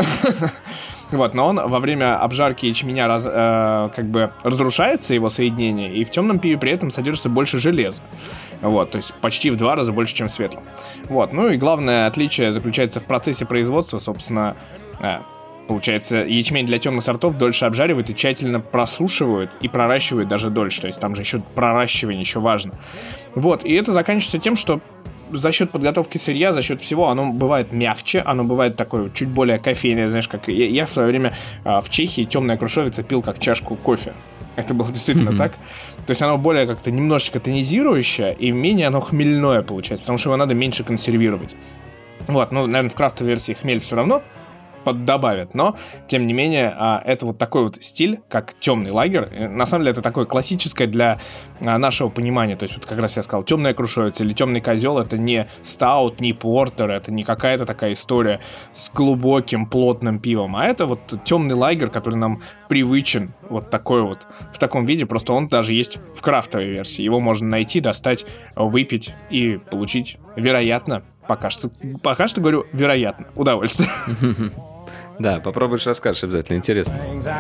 Вот, но он во время обжарки ячменя раз, э, как бы разрушается, его соединение, и в темном пиве при этом содержится больше железа. Вот, то есть почти в два раза больше, чем в светлом. Вот, ну и главное отличие заключается в процессе производства, собственно, э, получается, ячмень для темных сортов дольше обжаривают и тщательно просушивают и проращивают даже дольше, то есть там же еще проращивание еще важно. Вот, и это заканчивается тем, что за счет подготовки сырья, за счет всего, оно бывает мягче, оно бывает такое чуть более кофейное, знаешь, как я, я в свое время а, в Чехии темная крушовица пил как чашку кофе. Это было действительно mm-hmm. так. То есть оно более как-то немножечко тонизирующее и менее оно хмельное получается, потому что его надо меньше консервировать. Вот, ну, наверное, в крафтовой версии хмель все равно добавят, но, тем не менее, это вот такой вот стиль, как темный лагерь. На самом деле, это такое классическое для нашего понимания. То есть, вот как раз я сказал, темная крушовица или темный козел — это не стаут, не портер, это не какая-то такая история с глубоким, плотным пивом, а это вот темный лагерь, который нам привычен вот такой вот, в таком виде, просто он даже есть в крафтовой версии. Его можно найти, достать, выпить и получить, вероятно, пока что, пока что говорю, вероятно, удовольствие. Да, попробуешь, расскажешь обязательно, интересно.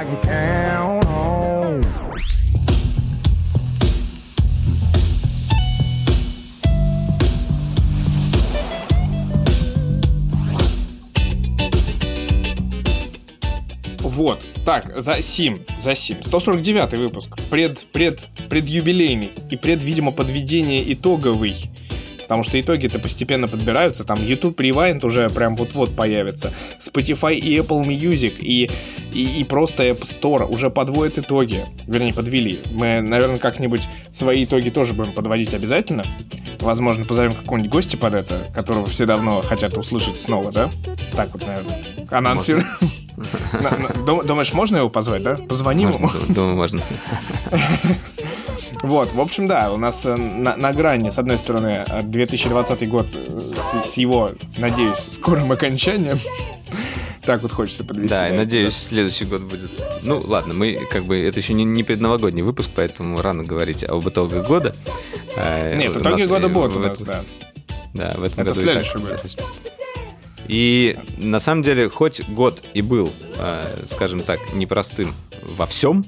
Вот, так, за сим, за сим, сто сорок девятый выпуск, пред, пред, предюбилейный и пред, видимо, подведение итоговый. Потому что итоги-то постепенно подбираются. Там YouTube Rewind уже прям вот-вот появится. Spotify и Apple Music и, и, и просто App Store уже подводят итоги. Вернее, подвели. Мы, наверное, как-нибудь свои итоги тоже будем подводить обязательно. Возможно, позовем какого-нибудь гостя под это, которого все давно хотят услышать снова, да? Так вот, наверное, анонсируем. Думаешь, можно его позвать, да? Позвоним ему. Думаю, можно. Вот, в общем, да, у нас на, на грани, с одной стороны, две тысячи двадцатый год с, с его, надеюсь, скорым окончанием. Так вот хочется подвести. Да, и надеюсь, следующий год будет. Ну, ладно, мы как бы, это еще не, не предновогодний выпуск, поэтому рано говорить об итогах года. Нет, итоги года будут у нас, да. Да, в этом это году. Следующий будет. И на самом деле, хоть год и был, скажем так, непростым во всем,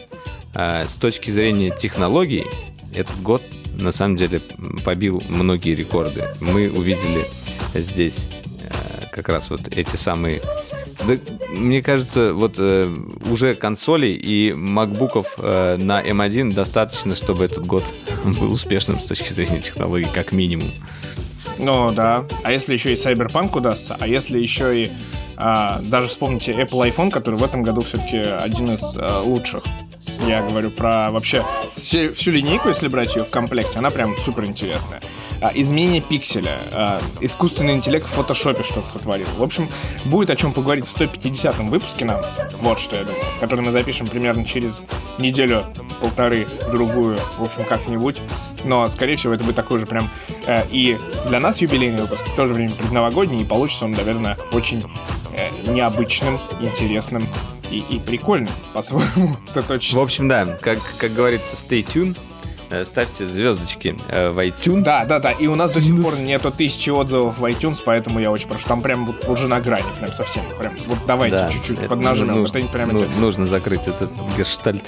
с точки зрения технологий, этот год на самом деле побил многие рекорды. Мы увидели здесь как раз вот эти самые... Да, мне кажется, вот э, уже консолей и макбуков э, на эм один достаточно, чтобы этот год был успешным с точки зрения технологий, как минимум. Ну да, а если еще и Cyberpunk удастся, а если еще и а, даже вспомните Apple iPhone, который в этом году все-таки один из а, лучших. Я говорю про вообще все, всю линейку, если брать ее в комплекте, она прям супер интересная. А, изменение пикселя, а, искусственный интеллект в фотошопе что-то сотворил. В общем, будет о чем поговорить в сто пятидесятом выпуске нам, вот что я думаю, который мы запишем примерно через неделю, полторы, другую, в общем, как-нибудь. Но, скорее всего, это будет такой же прям э, и для нас юбилейный выпуск, в то же время предновогодний, и получится он, наверное, очень э, необычным, интересным и, и прикольным, по-своему. Это точно. В общем, да, как, как говорится, stay tuned. Ставьте звездочки в iTunes. Да, да, да. И у нас до сих пор нету тысячи отзывов в iTunes, поэтому я очень прошу. Там прям вот уже на грани, прям совсем. Прям вот давайте да, чуть-чуть поднажмем. Нужно, это прям ну, эти... нужно закрыть этот гештальт.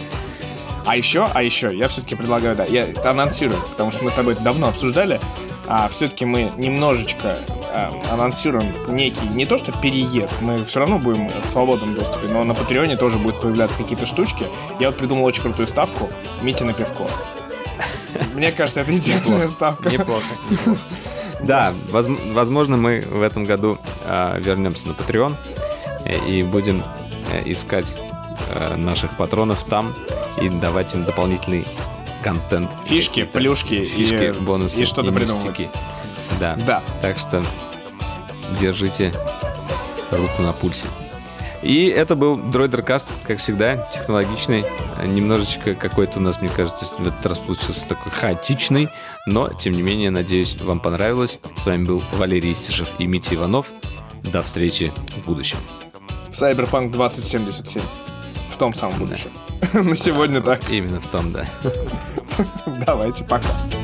А еще, а еще, я все-таки предлагаю, да, я это анонсирую, потому что мы с тобой это давно обсуждали. А все-таки мы немножечко а, анонсируем некий, не то что переезд, мы все равно будем в свободном доступе, но на Патреоне тоже будут появляться какие-то штучки. Я вот придумал очень крутую ставку Мити на пивко. Мне кажется, это идеальная ставка. Неплохо. Да, возможно, мы в этом году вернемся на Patreon и будем искать наших патронов там и давать им дополнительный контент. Фишки, плюшки, фишки, и, бонусы и что-то придумывать. Да. да. Так что держите руку на пульсе. И это был Дроидеркаст, как всегда, технологичный. Немножечко какой-то у нас, мне кажется, в этот раз получился такой хаотичный. Но, тем не менее, надеюсь, вам понравилось. С вами был Валерий Истишев и Митя Иванов. До встречи в будущем. В Cyberpunk двадцать семьдесят семь. В том самом будущем. На сегодня так. Именно в том, да. Давайте, пока.